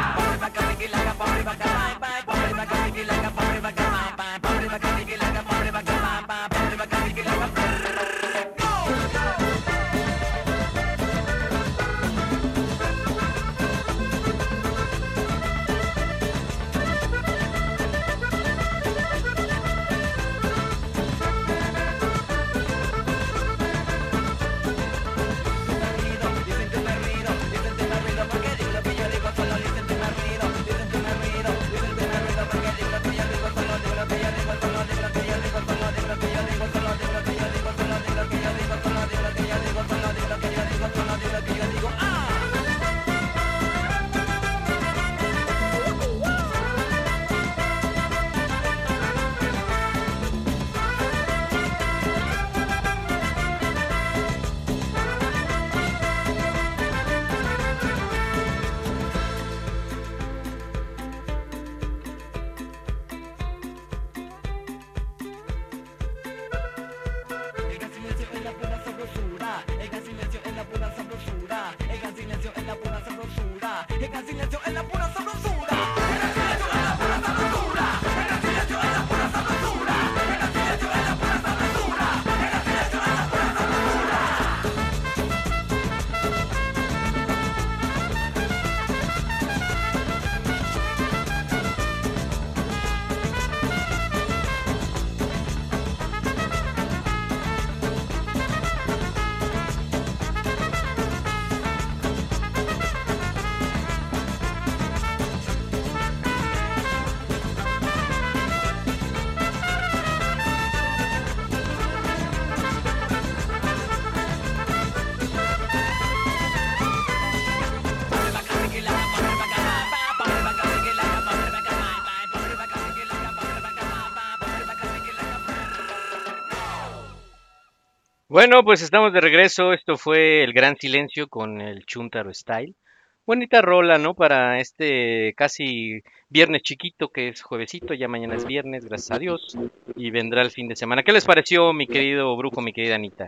Bueno, pues estamos de regreso. Esto fue El Gran Silencio con el Chuntaro Style. Bonita rola, ¿no? Para este casi viernes chiquito que es juevesito, ya mañana es viernes, gracias a Dios, y vendrá el fin de semana. ¿Qué les pareció, mi querido Brujo, mi querida Anita?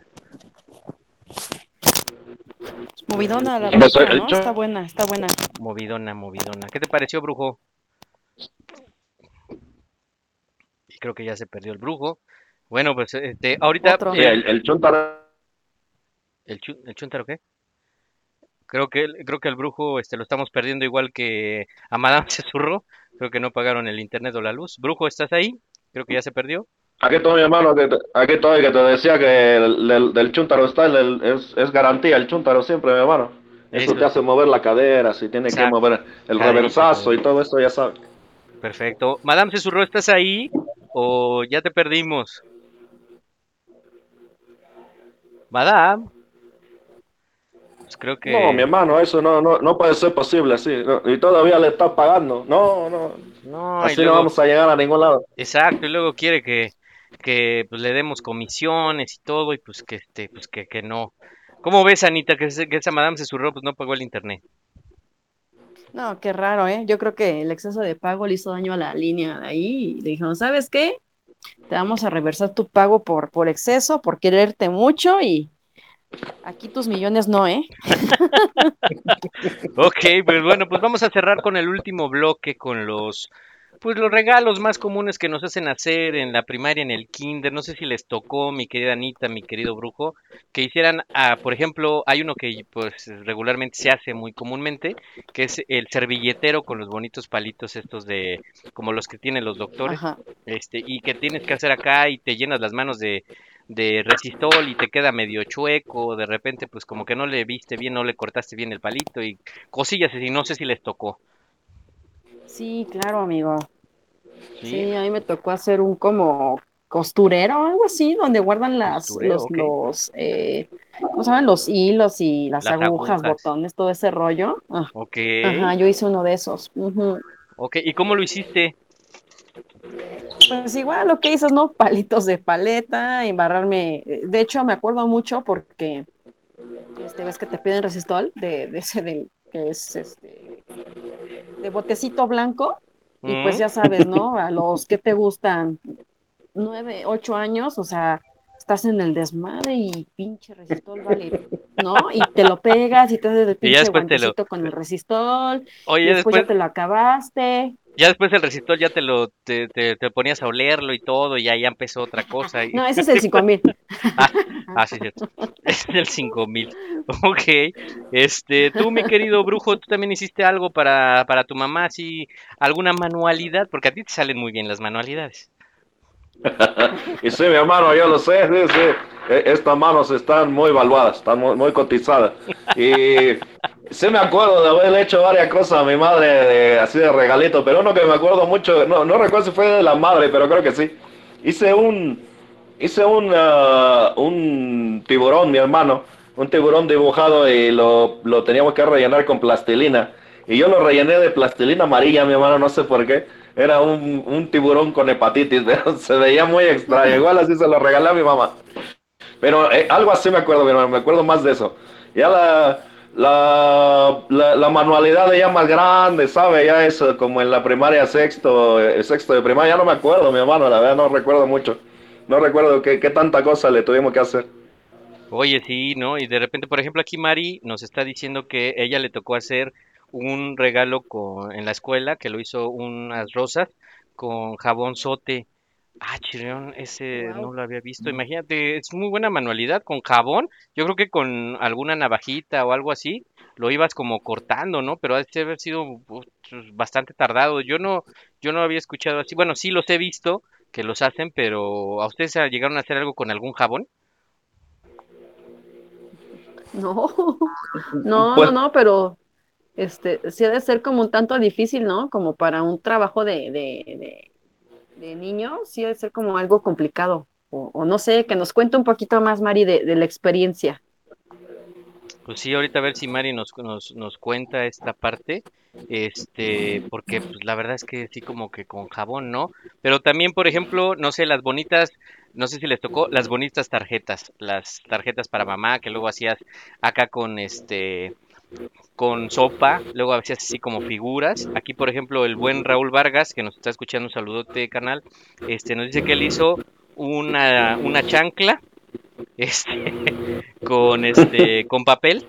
Movidona la Pues, rola, el ¿no? Chun- Está buena, está buena. Movidona, movidona. ¿Qué te pareció, Brujo? Y creo que ya se perdió el Brujo. Bueno, pues este, ahorita Otro. Sí, el, el, el Chuntaro. el, chu- el Chuntaro, ¿qué? Creo que el- creo que el Brujo este lo estamos perdiendo igual que a Madame Susurró. Creo que no pagaron el internet o la luz. Brujo, ¿estás ahí? Creo que ya se perdió. Aquí estoy, mi hermano, que te- aquí estoy, que te decía que el, del, del Chuntaro Style el- es, es garantía, el Chuntaro siempre, mi hermano. Eso Eso te es hace mover la cadera, si tiene que exacto. mover el Caderita, reversazo y caderita. todo eso, ya sabes. Perfecto. Madame Susurró, ¿estás ahí? ¿O ya te perdimos? Madame, pues creo No, mi que hermano, eso no, no, no puede ser posible así. no, y todavía le está pagando. No, no. no, y Así no luego, vamos a llegar a ningún lado. exacto, y luego quiere que, que pues, le demos comisiones y todo, y pues que este, pues que, que no. ¿Cómo ves, Anita, que, ese- que esa Madame Susurró pues no pagó el internet? No, qué raro, ¿eh? Yo creo que el exceso de pago le hizo daño a la línea de ahí y le dijeron, ¿sabes qué? Te vamos a reversar tu pago por, por exceso, por quererte mucho y aquí tus millones no, ¿eh? Ok, pues bueno, pues vamos a cerrar con el último bloque, con los, pues los regalos más comunes que nos hacen hacer en la primaria, en el kinder. No sé si les tocó, mi querida Anita, mi querido Brujo, que hicieran, ah, por ejemplo, hay uno que pues regularmente se hace muy comúnmente, que es el servilletero con los bonitos palitos estos de, como los que tienen los doctores, Ajá. este, y que tienes que hacer acá y te llenas las manos de de resistol y te queda medio chueco, de repente pues como que no le viste bien, no le cortaste bien el palito y cosillas así, no sé si les tocó. Sí, claro, amigo. Sí, Sí, a mí me tocó hacer un como costurero o algo así, donde guardan las, costurero, los, ok. los, eh, ¿cómo se llaman? Los hilos y las Las agujas, agujas, botones, todo ese rollo. Ah, ok, ajá, yo hice uno de esos. Ujú. ok. ¿Y cómo lo hiciste? Pues igual lo que dices, ¿no? Palitos de paleta, embarrarme. eh, De hecho, me acuerdo mucho porque este, ves que te piden resistol de, de ese del que es este de botecito blanco, y pues Mm, ya sabes, ¿no? A los que te gustan, nueve, ocho años, o sea, estás en el desmadre y pinche resistol, vale, ¿no? Y te lo pegas y te haces el Y ya pinche después te lo, guantecito con el resistol, oye, y ya después ya después, te lo acabaste. ya después el resistor ya te lo, te, te, te ponías a olerlo y todo, y ya, ya empezó otra cosa. Y... No, ese es el cinco mil. Ah, ah, sí, cierto. Es del cinco mil. Ok. Este, tú, mi querido Brujo, tú también hiciste algo para, para tu mamá, así, alguna manualidad, porque a ti te salen muy bien las manualidades. Y sí, mi hermano, yo lo sé, sí, sí. E- Estas manos están muy valuadas, están muy, muy cotizadas. Y sí me acuerdo de haber hecho varias cosas a mi madre de- así de regalito, pero uno que me acuerdo mucho, no, no recuerdo si fue de la madre, pero creo que sí. Hice un, hice un, ah, un tiburón, mi hermano, un tiburón dibujado y lo, lo teníamos que rellenar con plastilina. Y yo lo rellené de plastilina amarilla, mi hermano, no sé por qué. Era un, un tiburón con hepatitis, pero se veía muy extraño. Igual así se lo regalé a mi mamá. Pero eh, algo así me acuerdo, mi hermano, me acuerdo más de eso. Ya la, la, la, la manualidad de ya más grande, ¿sabe? Ya eso, como en la primaria sexto, eh, sexto de primaria, ya no me acuerdo, mi hermano, la verdad no recuerdo mucho. No recuerdo qué, qué tanta cosa le tuvimos que hacer. Oye, sí, ¿no? Y de repente, por ejemplo, aquí Mari nos está diciendo que ella le tocó hacer un regalo con, en la escuela, que lo hizo unas rosas con jabón sote. Ah, chirrión, ese no Wow. lo había visto. Imagínate, es muy buena manualidad con jabón. Yo creo que con alguna navajita o algo así lo ibas como cortando, ¿no? Pero ha de haber sido uf, bastante tardado. Yo no, yo no había escuchado así. Bueno, sí los he visto que los hacen, pero ¿a ustedes ah, llegaron a hacer algo con algún jabón? No, no, no, Pues no, pero este, sí ha de ser como un tanto difícil, ¿no? Como para un trabajo de, de, de, de niño, sí ha de ser como algo complicado. O, o no sé, que nos cuente un poquito más, Mari, de, de la experiencia. Pues sí, ahorita a ver si Mari nos, nos, nos cuenta esta parte, este, porque pues, la verdad es que sí como que con jabón, ¿no? Pero también, por ejemplo, no sé, las bonitas, no sé si les tocó, las bonitas tarjetas, las tarjetas para mamá que luego hacías acá con este, con sopa, luego hacías así como figuras. Aquí, por ejemplo, el buen Raúl Vargas, que nos está escuchando, un saludote, canal, este, nos dice que él hizo una, una chancla, este, con este, con papel.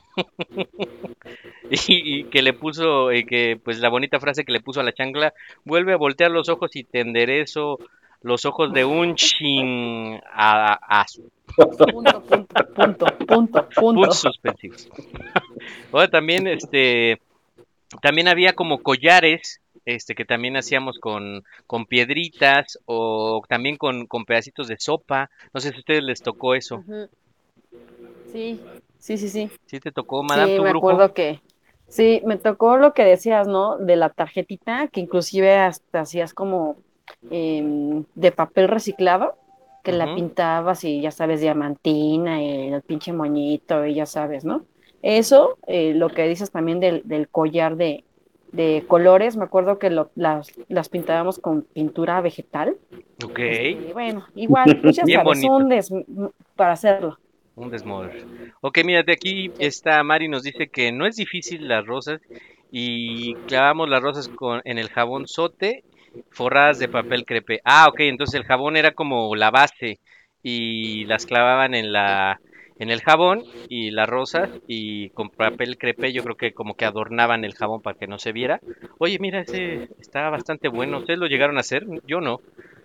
y, y que le puso, y que pues la bonita frase que le puso a la chancla: vuelve a voltear los ojos y te enderezo los ojos de un chin a, a Punto, punto, punto, punto, punto. puntos suspensivos. Ahora también, este, también había como collares, este, que también hacíamos con, con piedritas o también con, con pedacitos de sopa. No sé si a ustedes les tocó eso. Ujú. Sí, sí, sí, sí. ¿Sí te tocó, Madame, Sí, tu me brujo? acuerdo que, sí, me tocó lo que decías, ¿no? De la tarjetita, que inclusive hasta hacías como em, de papel reciclado, que la Ujú. pintabas y ya sabes, diamantina y el pinche moñito y ya sabes, ¿no? Eso, eh, lo que dices también del, del collar de, de colores, me acuerdo que lo- las, las pintábamos con pintura vegetal. Ok, Este, bueno, igual, pues ya bien sabes, bonito. un des para hacerlo. Un desmoder. Ok, mira, de aquí está Mari, nos dice que no es difícil las rosas y clavamos las rosas con, en el jabón sote forradas de papel crepé. Ah, ok, entonces el jabón era como la base y las clavaban en la en el jabón y las rosas y con papel crepé yo creo que como que adornaban el jabón para que no se viera. Oye, mira, ese está bastante bueno. ¿Ustedes lo llegaron a hacer? Yo no.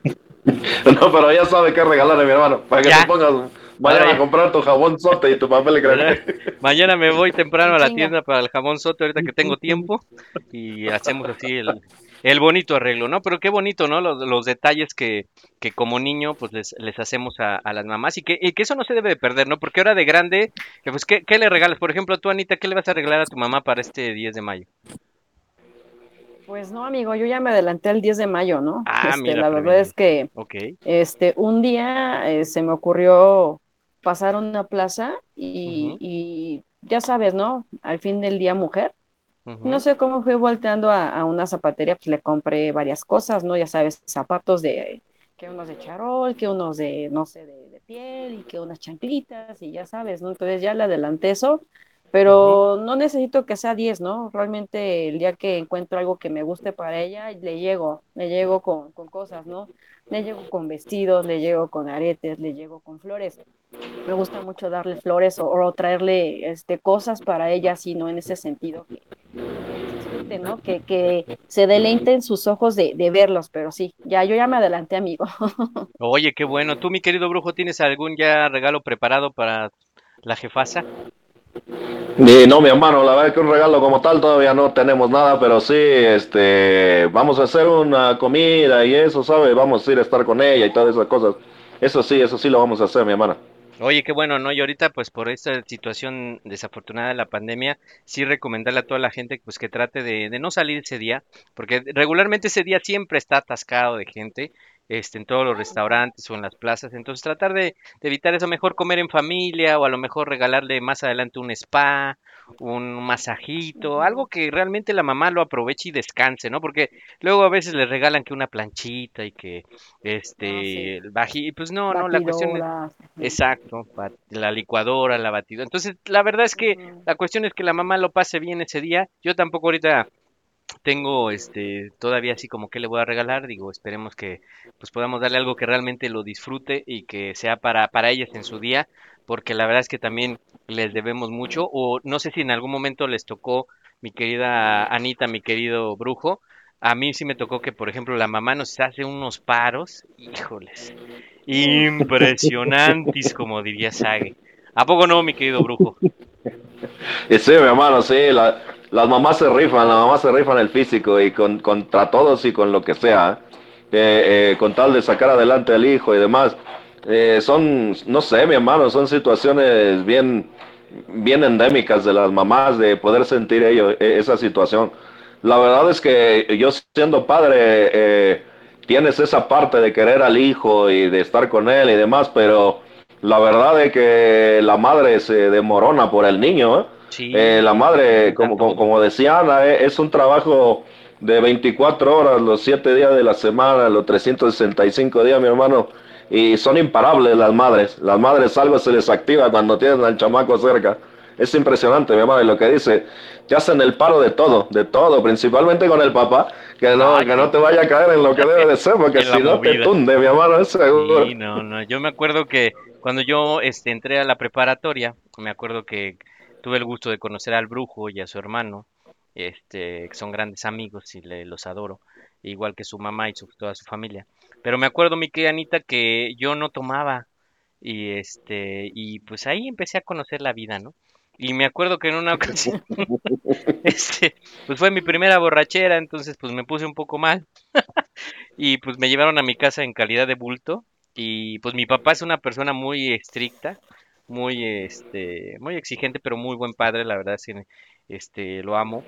No, pero ya sabe qué regalarle, mi hermano. Para que Ya. te pongas mañana Ahora a ya. comprar tu jabón sote y tu papel ¿Verdad? crepé. Mañana me voy temprano a la Chinga. tienda para el jabón sote ahorita que tengo tiempo y hacemos así el, el bonito arreglo, ¿no? Pero qué bonito, ¿no? Los, los detalles que, que como niño pues les, les hacemos a, a las mamás y que, y que eso no se debe de perder, ¿no? Porque ahora de grande, que, pues ¿qué, qué le regalas? Por ejemplo, tú, Anita, ¿qué le vas a regalar a tu mamá para este diez de mayo? Pues no, amigo, yo ya me adelanté al diez de mayo, ¿no? Ah, Este, mira, la verdad prevenido. es que Ok. este, un día eh, se me ocurrió pasar a una plaza y, Ujú, y ya sabes, ¿no? Al fin del día mujer. No ujú, sé cómo fui volteando a, a una zapatería, pues le compré varias cosas, ¿no? Ya sabes, zapatos de, que unos de charol, que unos de, no sé, de, de piel y que unas chanclitas y ya sabes, ¿no? Entonces ya le adelanté eso, ujú. pero no necesito que sea diez, ¿no? Realmente el día que encuentro algo que me guste para ella, le llego, le llego con, con cosas, ¿no? Le llego con vestidos, le llego con aretes, le llego con flores. Me gusta mucho darle flores o, o traerle este, cosas para ella, sino en ese sentido que, que disfrute, ¿no? Que, que se deleiten sus ojos de, de verlos, pero sí, ya yo ya me adelanté, amigo. Oye, qué bueno. ¿Tú, mi querido brujo, tienes algún ya regalo preparado para la jefasa? Y no, mi hermano, la verdad es que un regalo como tal todavía no tenemos nada, pero sí, este, vamos a hacer una comida y eso, ¿sabes? Vamos a ir a estar con ella y todas esas cosas. Eso sí, eso sí lo vamos a hacer, mi hermana. Oye, qué bueno, ¿no? Y ahorita, pues por esta situación desafortunada de la pandemia, sí recomendarle a toda la gente pues que trate de, de no salir ese día, porque regularmente ese día siempre está atascado de gente, este, en todos los restaurantes o en las plazas. Entonces tratar de, de evitar eso, mejor comer en familia o a lo mejor regalarle más adelante un spa, un masajito, algo que realmente la mamá lo aproveche y descanse, ¿no? Porque luego a veces le regalan que una planchita y que Ah, sí. este el baji, y pues no, no, la cuestión es Batidoras. exacto, ba- la licuadora, la batidora. Entonces, la verdad es que Ujú. la cuestión es que la mamá lo pase bien ese día. Yo tampoco ahorita tengo este todavía así como que le voy a regalar, digo, esperemos que pues podamos darle algo que realmente lo disfrute y que sea para para ellas en su día, porque la verdad es que también les debemos mucho o no sé si en algún momento les tocó mi querida Anita, mi querido brujo. A mí sí me tocó que, por ejemplo, la mamá nos hace unos paros, híjoles, impresionantes, como diría Sage. ¿A poco no, mi querido brujo? Y sí, mi hermano, sí, la- las mamás se rifan, las mamás se rifan el físico y con, contra todos y con lo que sea, eh, eh, con tal de sacar adelante al hijo y demás. Eh, son, no sé, mi hermano, son situaciones bien, bien endémicas de las mamás de poder sentir ello, e- esa situación. La verdad es que yo siendo padre, eh, tienes esa parte de querer al hijo y de estar con él y demás, pero la verdad es que la madre se demorona por el niño, ¿eh? Sí, Eh, la madre, como, como, como decía Ana, eh, es un trabajo de veinticuatro horas, los siete días de la semana, los trescientos sesenta y cinco días, mi hermano, y son imparables las madres. Las madres algo se les activa cuando tienen al chamaco cerca. Es impresionante, mi hermano, y lo que dice, te hacen el paro de todo, de todo, principalmente con el papá, que no, Ay, que no te vaya a caer en lo que debe de ser, porque en la si no te movida. tunde, mi hermano, es seguro. Sí, no, no. Yo me acuerdo que cuando yo este, entré a la preparatoria, me acuerdo que tuve el gusto de conocer al Brujo y a su hermano, este, que son grandes amigos y le, los adoro, igual que su mamá y su, toda su familia. Pero me acuerdo, mi querida Anita, que yo no tomaba y este, y pues ahí empecé a conocer la vida, ¿no? Y me acuerdo que en una ocasión, este, pues fue mi primera borrachera, entonces pues me puse un poco mal. Y pues me llevaron a mi casa en calidad de bulto. Y pues mi papá es una persona muy estricta, muy este, muy exigente, pero muy buen padre, la verdad es que este lo amo.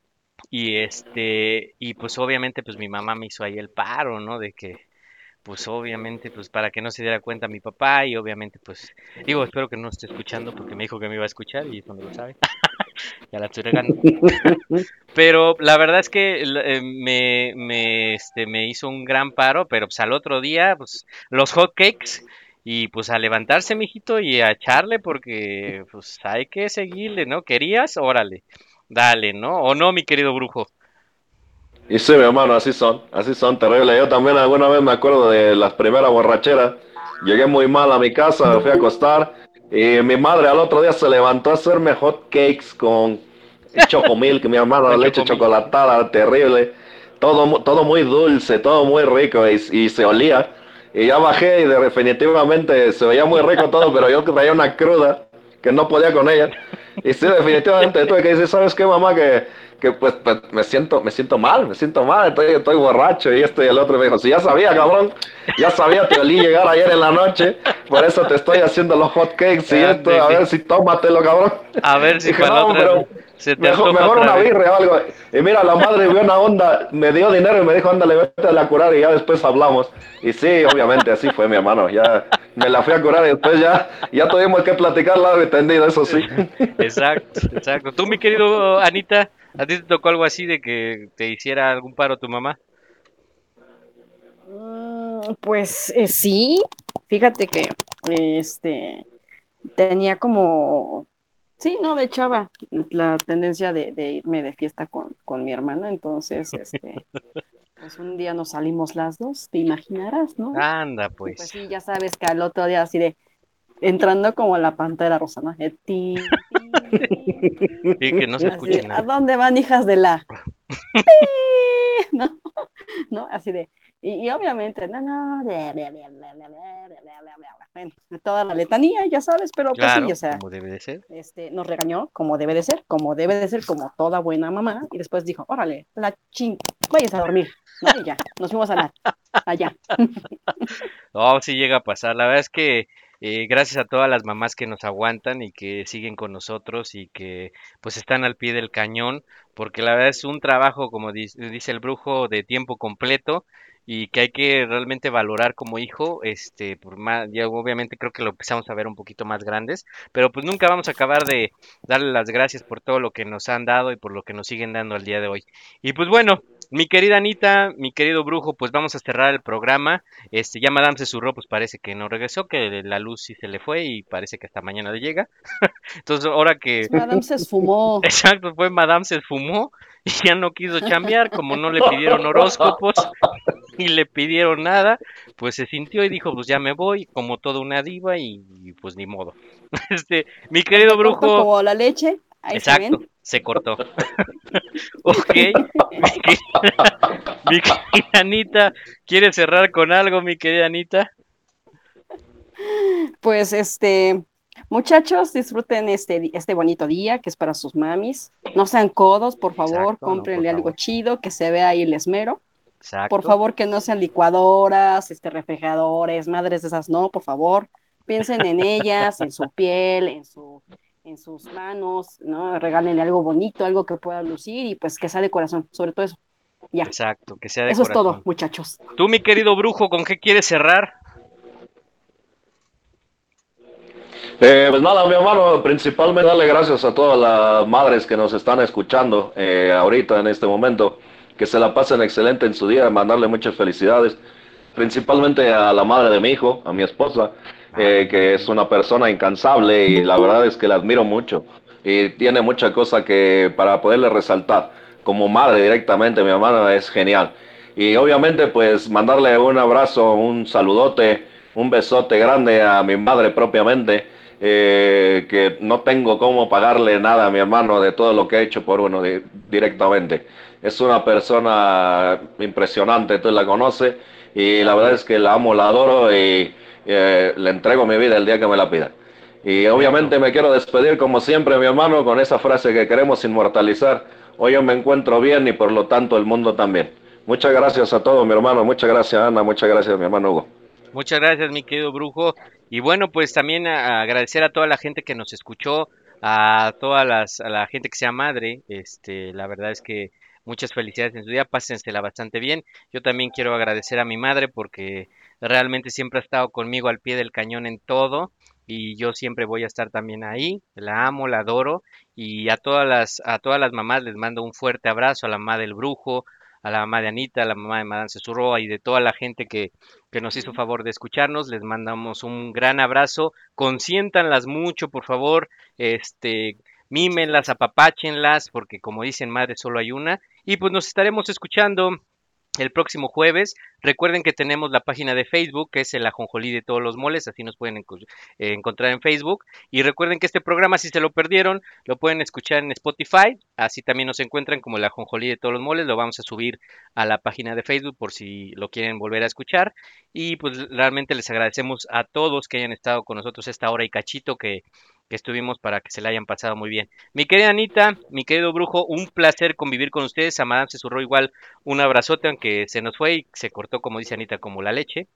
Y este, y pues obviamente pues mi mamá me hizo ahí el paro, ¿no? De que pues obviamente pues para que no se diera cuenta mi papá y obviamente pues digo, espero que no esté escuchando porque me dijo que me iba a escuchar y eso no lo sabe. Ya la estoy regando. Pero la verdad es que eh, me, me, este, me hizo un gran paro, pero pues al otro día, pues los hot cakes y pues a levantarse, mijito, y a echarle porque pues hay que seguirle, ¿no? ¿Querías? Órale, dale, ¿no? ¿O no, mi querido Brujo? Y sí, mi hermano, así son, así son terribles. Yo también alguna vez me acuerdo de las primeras borracheras. Llegué muy mal a mi casa, me fui a acostar y mi madre al otro día se levantó a hacerme hot cakes con chocomil, que mi hermano, Con leche chocomil. chocolatada, terrible. Todo, mu- todo muy dulce, todo muy rico y, y se olía. Y ya bajé y de- definitivamente se veía muy rico todo, pero yo traía una cruda que no podía con ella. Y sí, definitivamente tuve que decir, ¿sabes qué, mamá? Que, que pues, pues, me siento, me siento mal, me siento mal, estoy, estoy borracho y este y el otro me dijo, si ya sabía, cabrón, ya sabía, te olí llegar ayer en la noche, por eso te estoy haciendo los hot cakes y esto, a ver si tómatelo, cabrón. A ver si Dije, para la no, otra pero se te mejor, antoja mejor otra una vez. birria o algo. Y mira, la madre vio una onda, me dio dinero y me dijo, ándale, vete a la curar y ya después hablamos. Y sí, obviamente, así fue mi hermano, ya me la fui a curar y después ya, ya tuvimos que platicar largo y tendido, eso sí. Exacto, exacto. Tú, mi querido Anita, ¿a ti te tocó algo así de que te hiciera algún paro tu mamá? Mm, Pues eh, sí, fíjate que este tenía como, sí, no, de chava, la tendencia de, de irme de fiesta con, con mi hermana, entonces, este, pues un día nos salimos las dos, te imaginarás, ¿no? Anda, Y pues pues. sí, ya sabes que al otro día así de, entrando como la pantera rosa, ¿no? De tin, Sí, que no se así escuche de, ¿a nada. dónde van, hijas de la? ¿No? ¿No? Así de, y, y obviamente, no, no, bla, bla, bla, bla, bla, bla, bla, bla, bla, bla. Bueno, de toda la letanía, ya sabes, pero pues sí, Claro, o sea, como debe de ser. este, nos regañó como debe de ser, como debe de ser, como toda buena mamá, y después dijo, órale, la ching, váyase a dormir, ¿no? Y ya, nos fuimos a la, allá. No, sí llega a pasar. La verdad es que eh, gracias a todas las mamás que nos aguantan y que siguen con nosotros y que pues están al pie del cañón, porque la verdad es un trabajo, como dis- dice el Brujo, de tiempo completo y que hay que realmente valorar como hijo, este, por más, ya obviamente creo que lo empezamos a ver un poquito más grandes, pero pues nunca vamos a acabar de darle las gracias por todo lo que nos han dado y por lo que nos siguen dando al día de hoy. Y pues bueno, mi querida Anita, mi querido Brujo, pues vamos a cerrar el programa. Este, ya Madame se zurró, pues parece que no regresó, que la luz sí se le fue y parece que hasta mañana le llega. Entonces, ahora que, Madame se esfumó. exacto, fue Madame se esfumó y ya no quiso chambear, como no le pidieron horóscopos ni le pidieron nada, pues se sintió y dijo, pues ya me voy, como toda una diva y, y pues ni modo. Este, mi Pues querido me corto Brujo, como la leche, ahí se exacto, ven. se cortó. Ok, mi querida, mi querida Anita, ¿quieres cerrar con algo, mi querida Anita? Pues este, muchachos, disfruten este, di- este bonito día que es para sus mamis. No sean codos, por favor, Exacto, no, por cómprenle algo favor. chido, que se vea ahí el esmero. Por Exacto. favor, que no sean licuadoras, este, refrigeradores, madres de esas, no, por favor. Piensen en ellas, en su piel, en su, en sus manos, ¿no? Regálenle algo bonito, algo que pueda lucir y pues que sea de corazón, sobre todo eso. Ya, Exacto, que sea de eso es todo, corazón. muchachos. Tú, mi querido Brujo, ¿con qué quieres cerrar? Eh, pues nada, mi hermano, principalmente darle gracias a todas las madres que nos están escuchando eh, ahorita en este momento, que se la pasen excelente en su día, mandarle muchas felicidades, principalmente a la madre de mi hijo, a mi esposa, eh, que es una persona incansable y la verdad es que la admiro mucho y tiene mucha cosa que para poderle resaltar. Como madre directamente, mi hermano, es genial. Y obviamente pues mandarle un abrazo, un saludote, un besote grande a mi madre propiamente, eh, que no tengo cómo pagarle nada a mi hermano de todo lo que ha hecho por uno di- directamente. Es una persona impresionante, tú la conoces y la verdad es que la amo, la adoro y eh, le entrego mi vida el día que me la pida. Y obviamente me quiero despedir como siempre, mi hermano, con esa frase que queremos inmortalizar. Hoy yo me encuentro bien y por lo tanto el mundo también. Muchas gracias a todos, mi hermano. Muchas gracias, Ana. Muchas gracias, mi hermano Hugo. Muchas gracias, mi querido Brujo. Y bueno, pues también a- agradecer a toda la gente que nos escuchó, a toda las, a la gente que sea madre. Este, la verdad es que muchas felicidades en su día, pásensela bastante bien. Yo también quiero agradecer a mi madre porque realmente siempre ha estado conmigo al pie del cañón en todo y yo siempre voy a estar también ahí. La amo, la adoro y a todas las, a todas las mamás les mando un fuerte abrazo, a la mamá del Brujo, a la mamá de Anita, a la mamá de Madame Susurroa y de toda la gente que que nos hizo favor de escucharnos. Les mandamos un gran abrazo. Consiéntanlas mucho, por favor. Este, mímenlas, apapáchenlas, porque como dicen, madre solo hay una. Y pues nos estaremos escuchando el próximo jueves. Recuerden que tenemos la página de Facebook, que es el Ajonjolí de todos los moles, así nos pueden enco- eh, encontrar en Facebook. Y recuerden que este programa, si se lo perdieron, lo pueden escuchar en Spotify, así también nos encuentran como el Ajonjolí de todos los moles. Lo vamos a subir a la página de Facebook por si lo quieren volver a escuchar. Y pues realmente les agradecemos a todos que hayan estado con nosotros esta hora y cachito que, que estuvimos para que se la hayan pasado muy bien. Mi querida Anita, mi querido Brujo, un placer convivir con ustedes. A Madame Susurró igual un abrazote, aunque se nos fue y se cortó, como dice Anita, como la leche.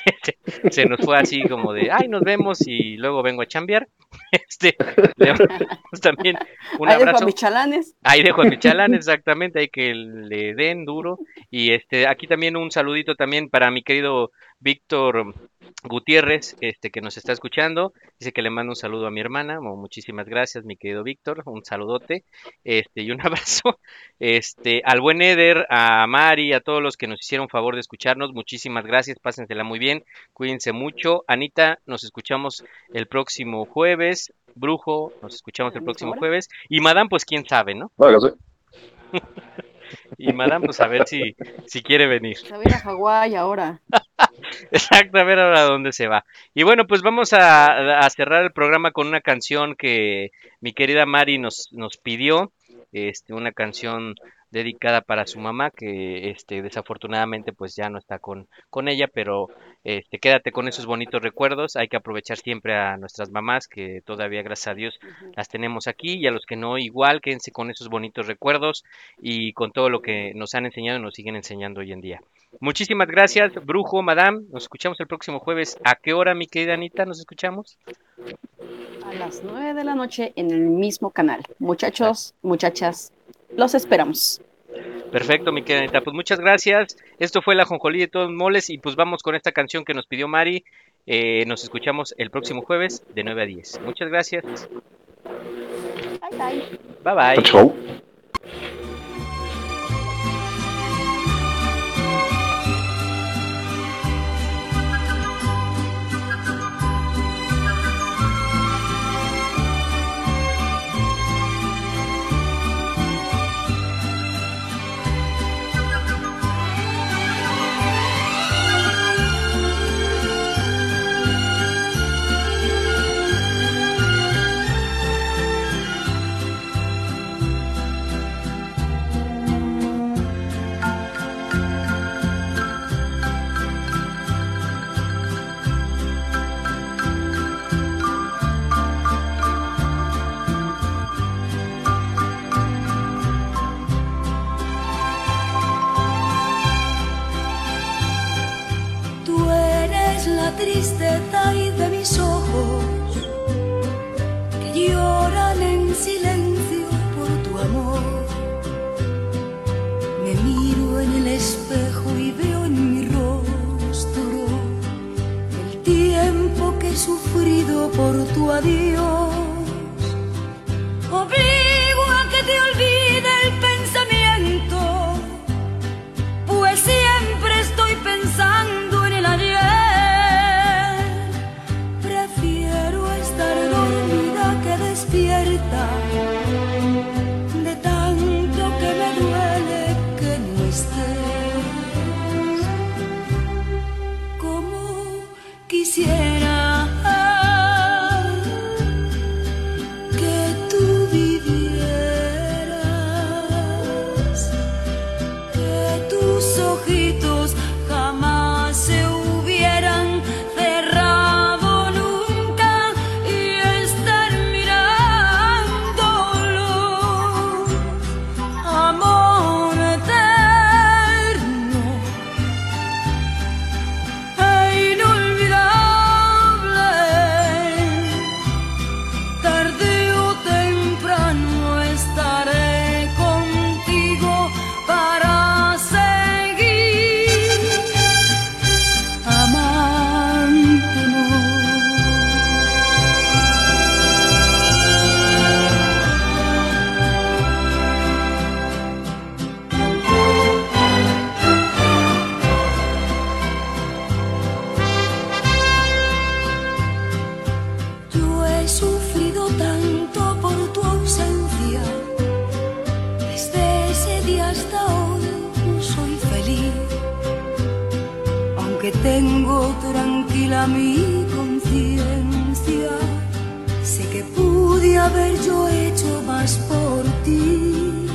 Se nos fue así como de, ay, nos vemos y luego vengo a chambear. Este, le mandamos también un Ahí dejo a abrazo. mis chalanes. Ahí dejo a mi chalán, exactamente, hay que le den duro. Y este, aquí también un saludito también para mi querido Víctor Gutiérrez, este, que nos está escuchando. Dice que le mando un saludo a mi hermana. Mu- Muchísimas gracias, mi querido Víctor. Un saludote, este, y un abrazo. Este, al buen Eder, a Mari, a todos los que nos hicieron favor de escucharnos. Muchísimas gracias, pásensela muy bien. Cuídense mucho. Anita, nos escuchamos el próximo jueves. Brujo, nos escuchamos el próximo jueves. Y Madame, pues quién sabe, ¿no? Claro que sí. Y Madame, pues a ver si, si quiere venir. Se va a ir a Hawái ahora. Exacto, a ver ahora dónde se va. Y bueno, pues vamos a, a cerrar el programa con una canción que mi querida Mari nos, nos pidió. Este, una canción dedicada para su mamá, que este, desafortunadamente pues ya no está con, con ella, pero este, quédate con esos bonitos recuerdos. Hay que aprovechar siempre a nuestras mamás, que todavía, gracias a Dios, las tenemos aquí, y a los que no, igual, quédense con esos bonitos recuerdos y con todo lo que nos han enseñado y nos siguen enseñando hoy en día. Muchísimas gracias, Brujo, Madame. Nos escuchamos el próximo jueves. ¿A qué hora, mi querida Anita, nos escuchamos? A las nueve de la noche en el mismo canal. Muchachos, muchachas, los esperamos. Perfecto, mi querida Anita. Pues muchas gracias. Esto fue la Ajonjolí de todos moles y pues vamos con esta canción que nos pidió Mari. Eh, nos escuchamos el próximo jueves de nueve a diez. Muchas gracias. Bye, bye. Bye, bye. Chau. Tú eres la tristeza y de mis ojos que lloran en silencio por tu amor. Me miro en el espejo y veo en mi rostro el tiempo que he sufrido por tu adiós. Obligo a que te olvide el pensamiento, pues siempre estoy pensando en el ayer. Prefiero estar dormida que despierta, de tanto que me duele que no estés. Como quisiera tengo tranquila mi conciencia, sé que pude haber yo hecho más por ti.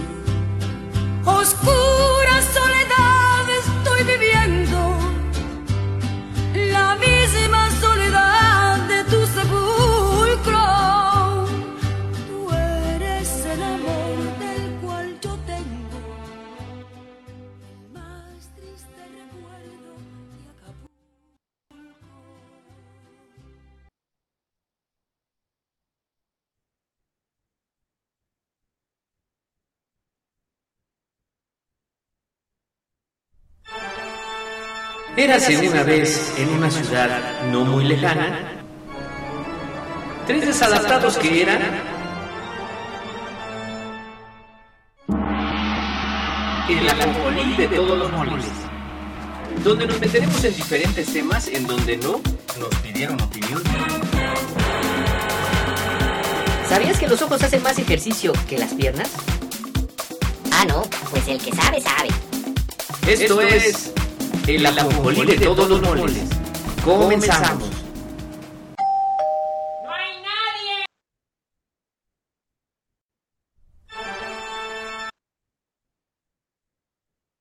Oscura soledad estoy viviendo, la misma soledad de tu sepulcro. Tú eres el amor del cual yo tengo el más triste recuerdo. Érase una vez en una ciudad no muy lejana tres desadaptados que eran el ajonjolí de todos los moles, donde nos meteremos en diferentes temas en donde no nos pidieron opinión. ¿Sabías que los ojos hacen más ejercicio que las piernas? Ah, no, pues el que sabe, sabe. Esto es el ajonjolí de todos los moles. Comenzamos.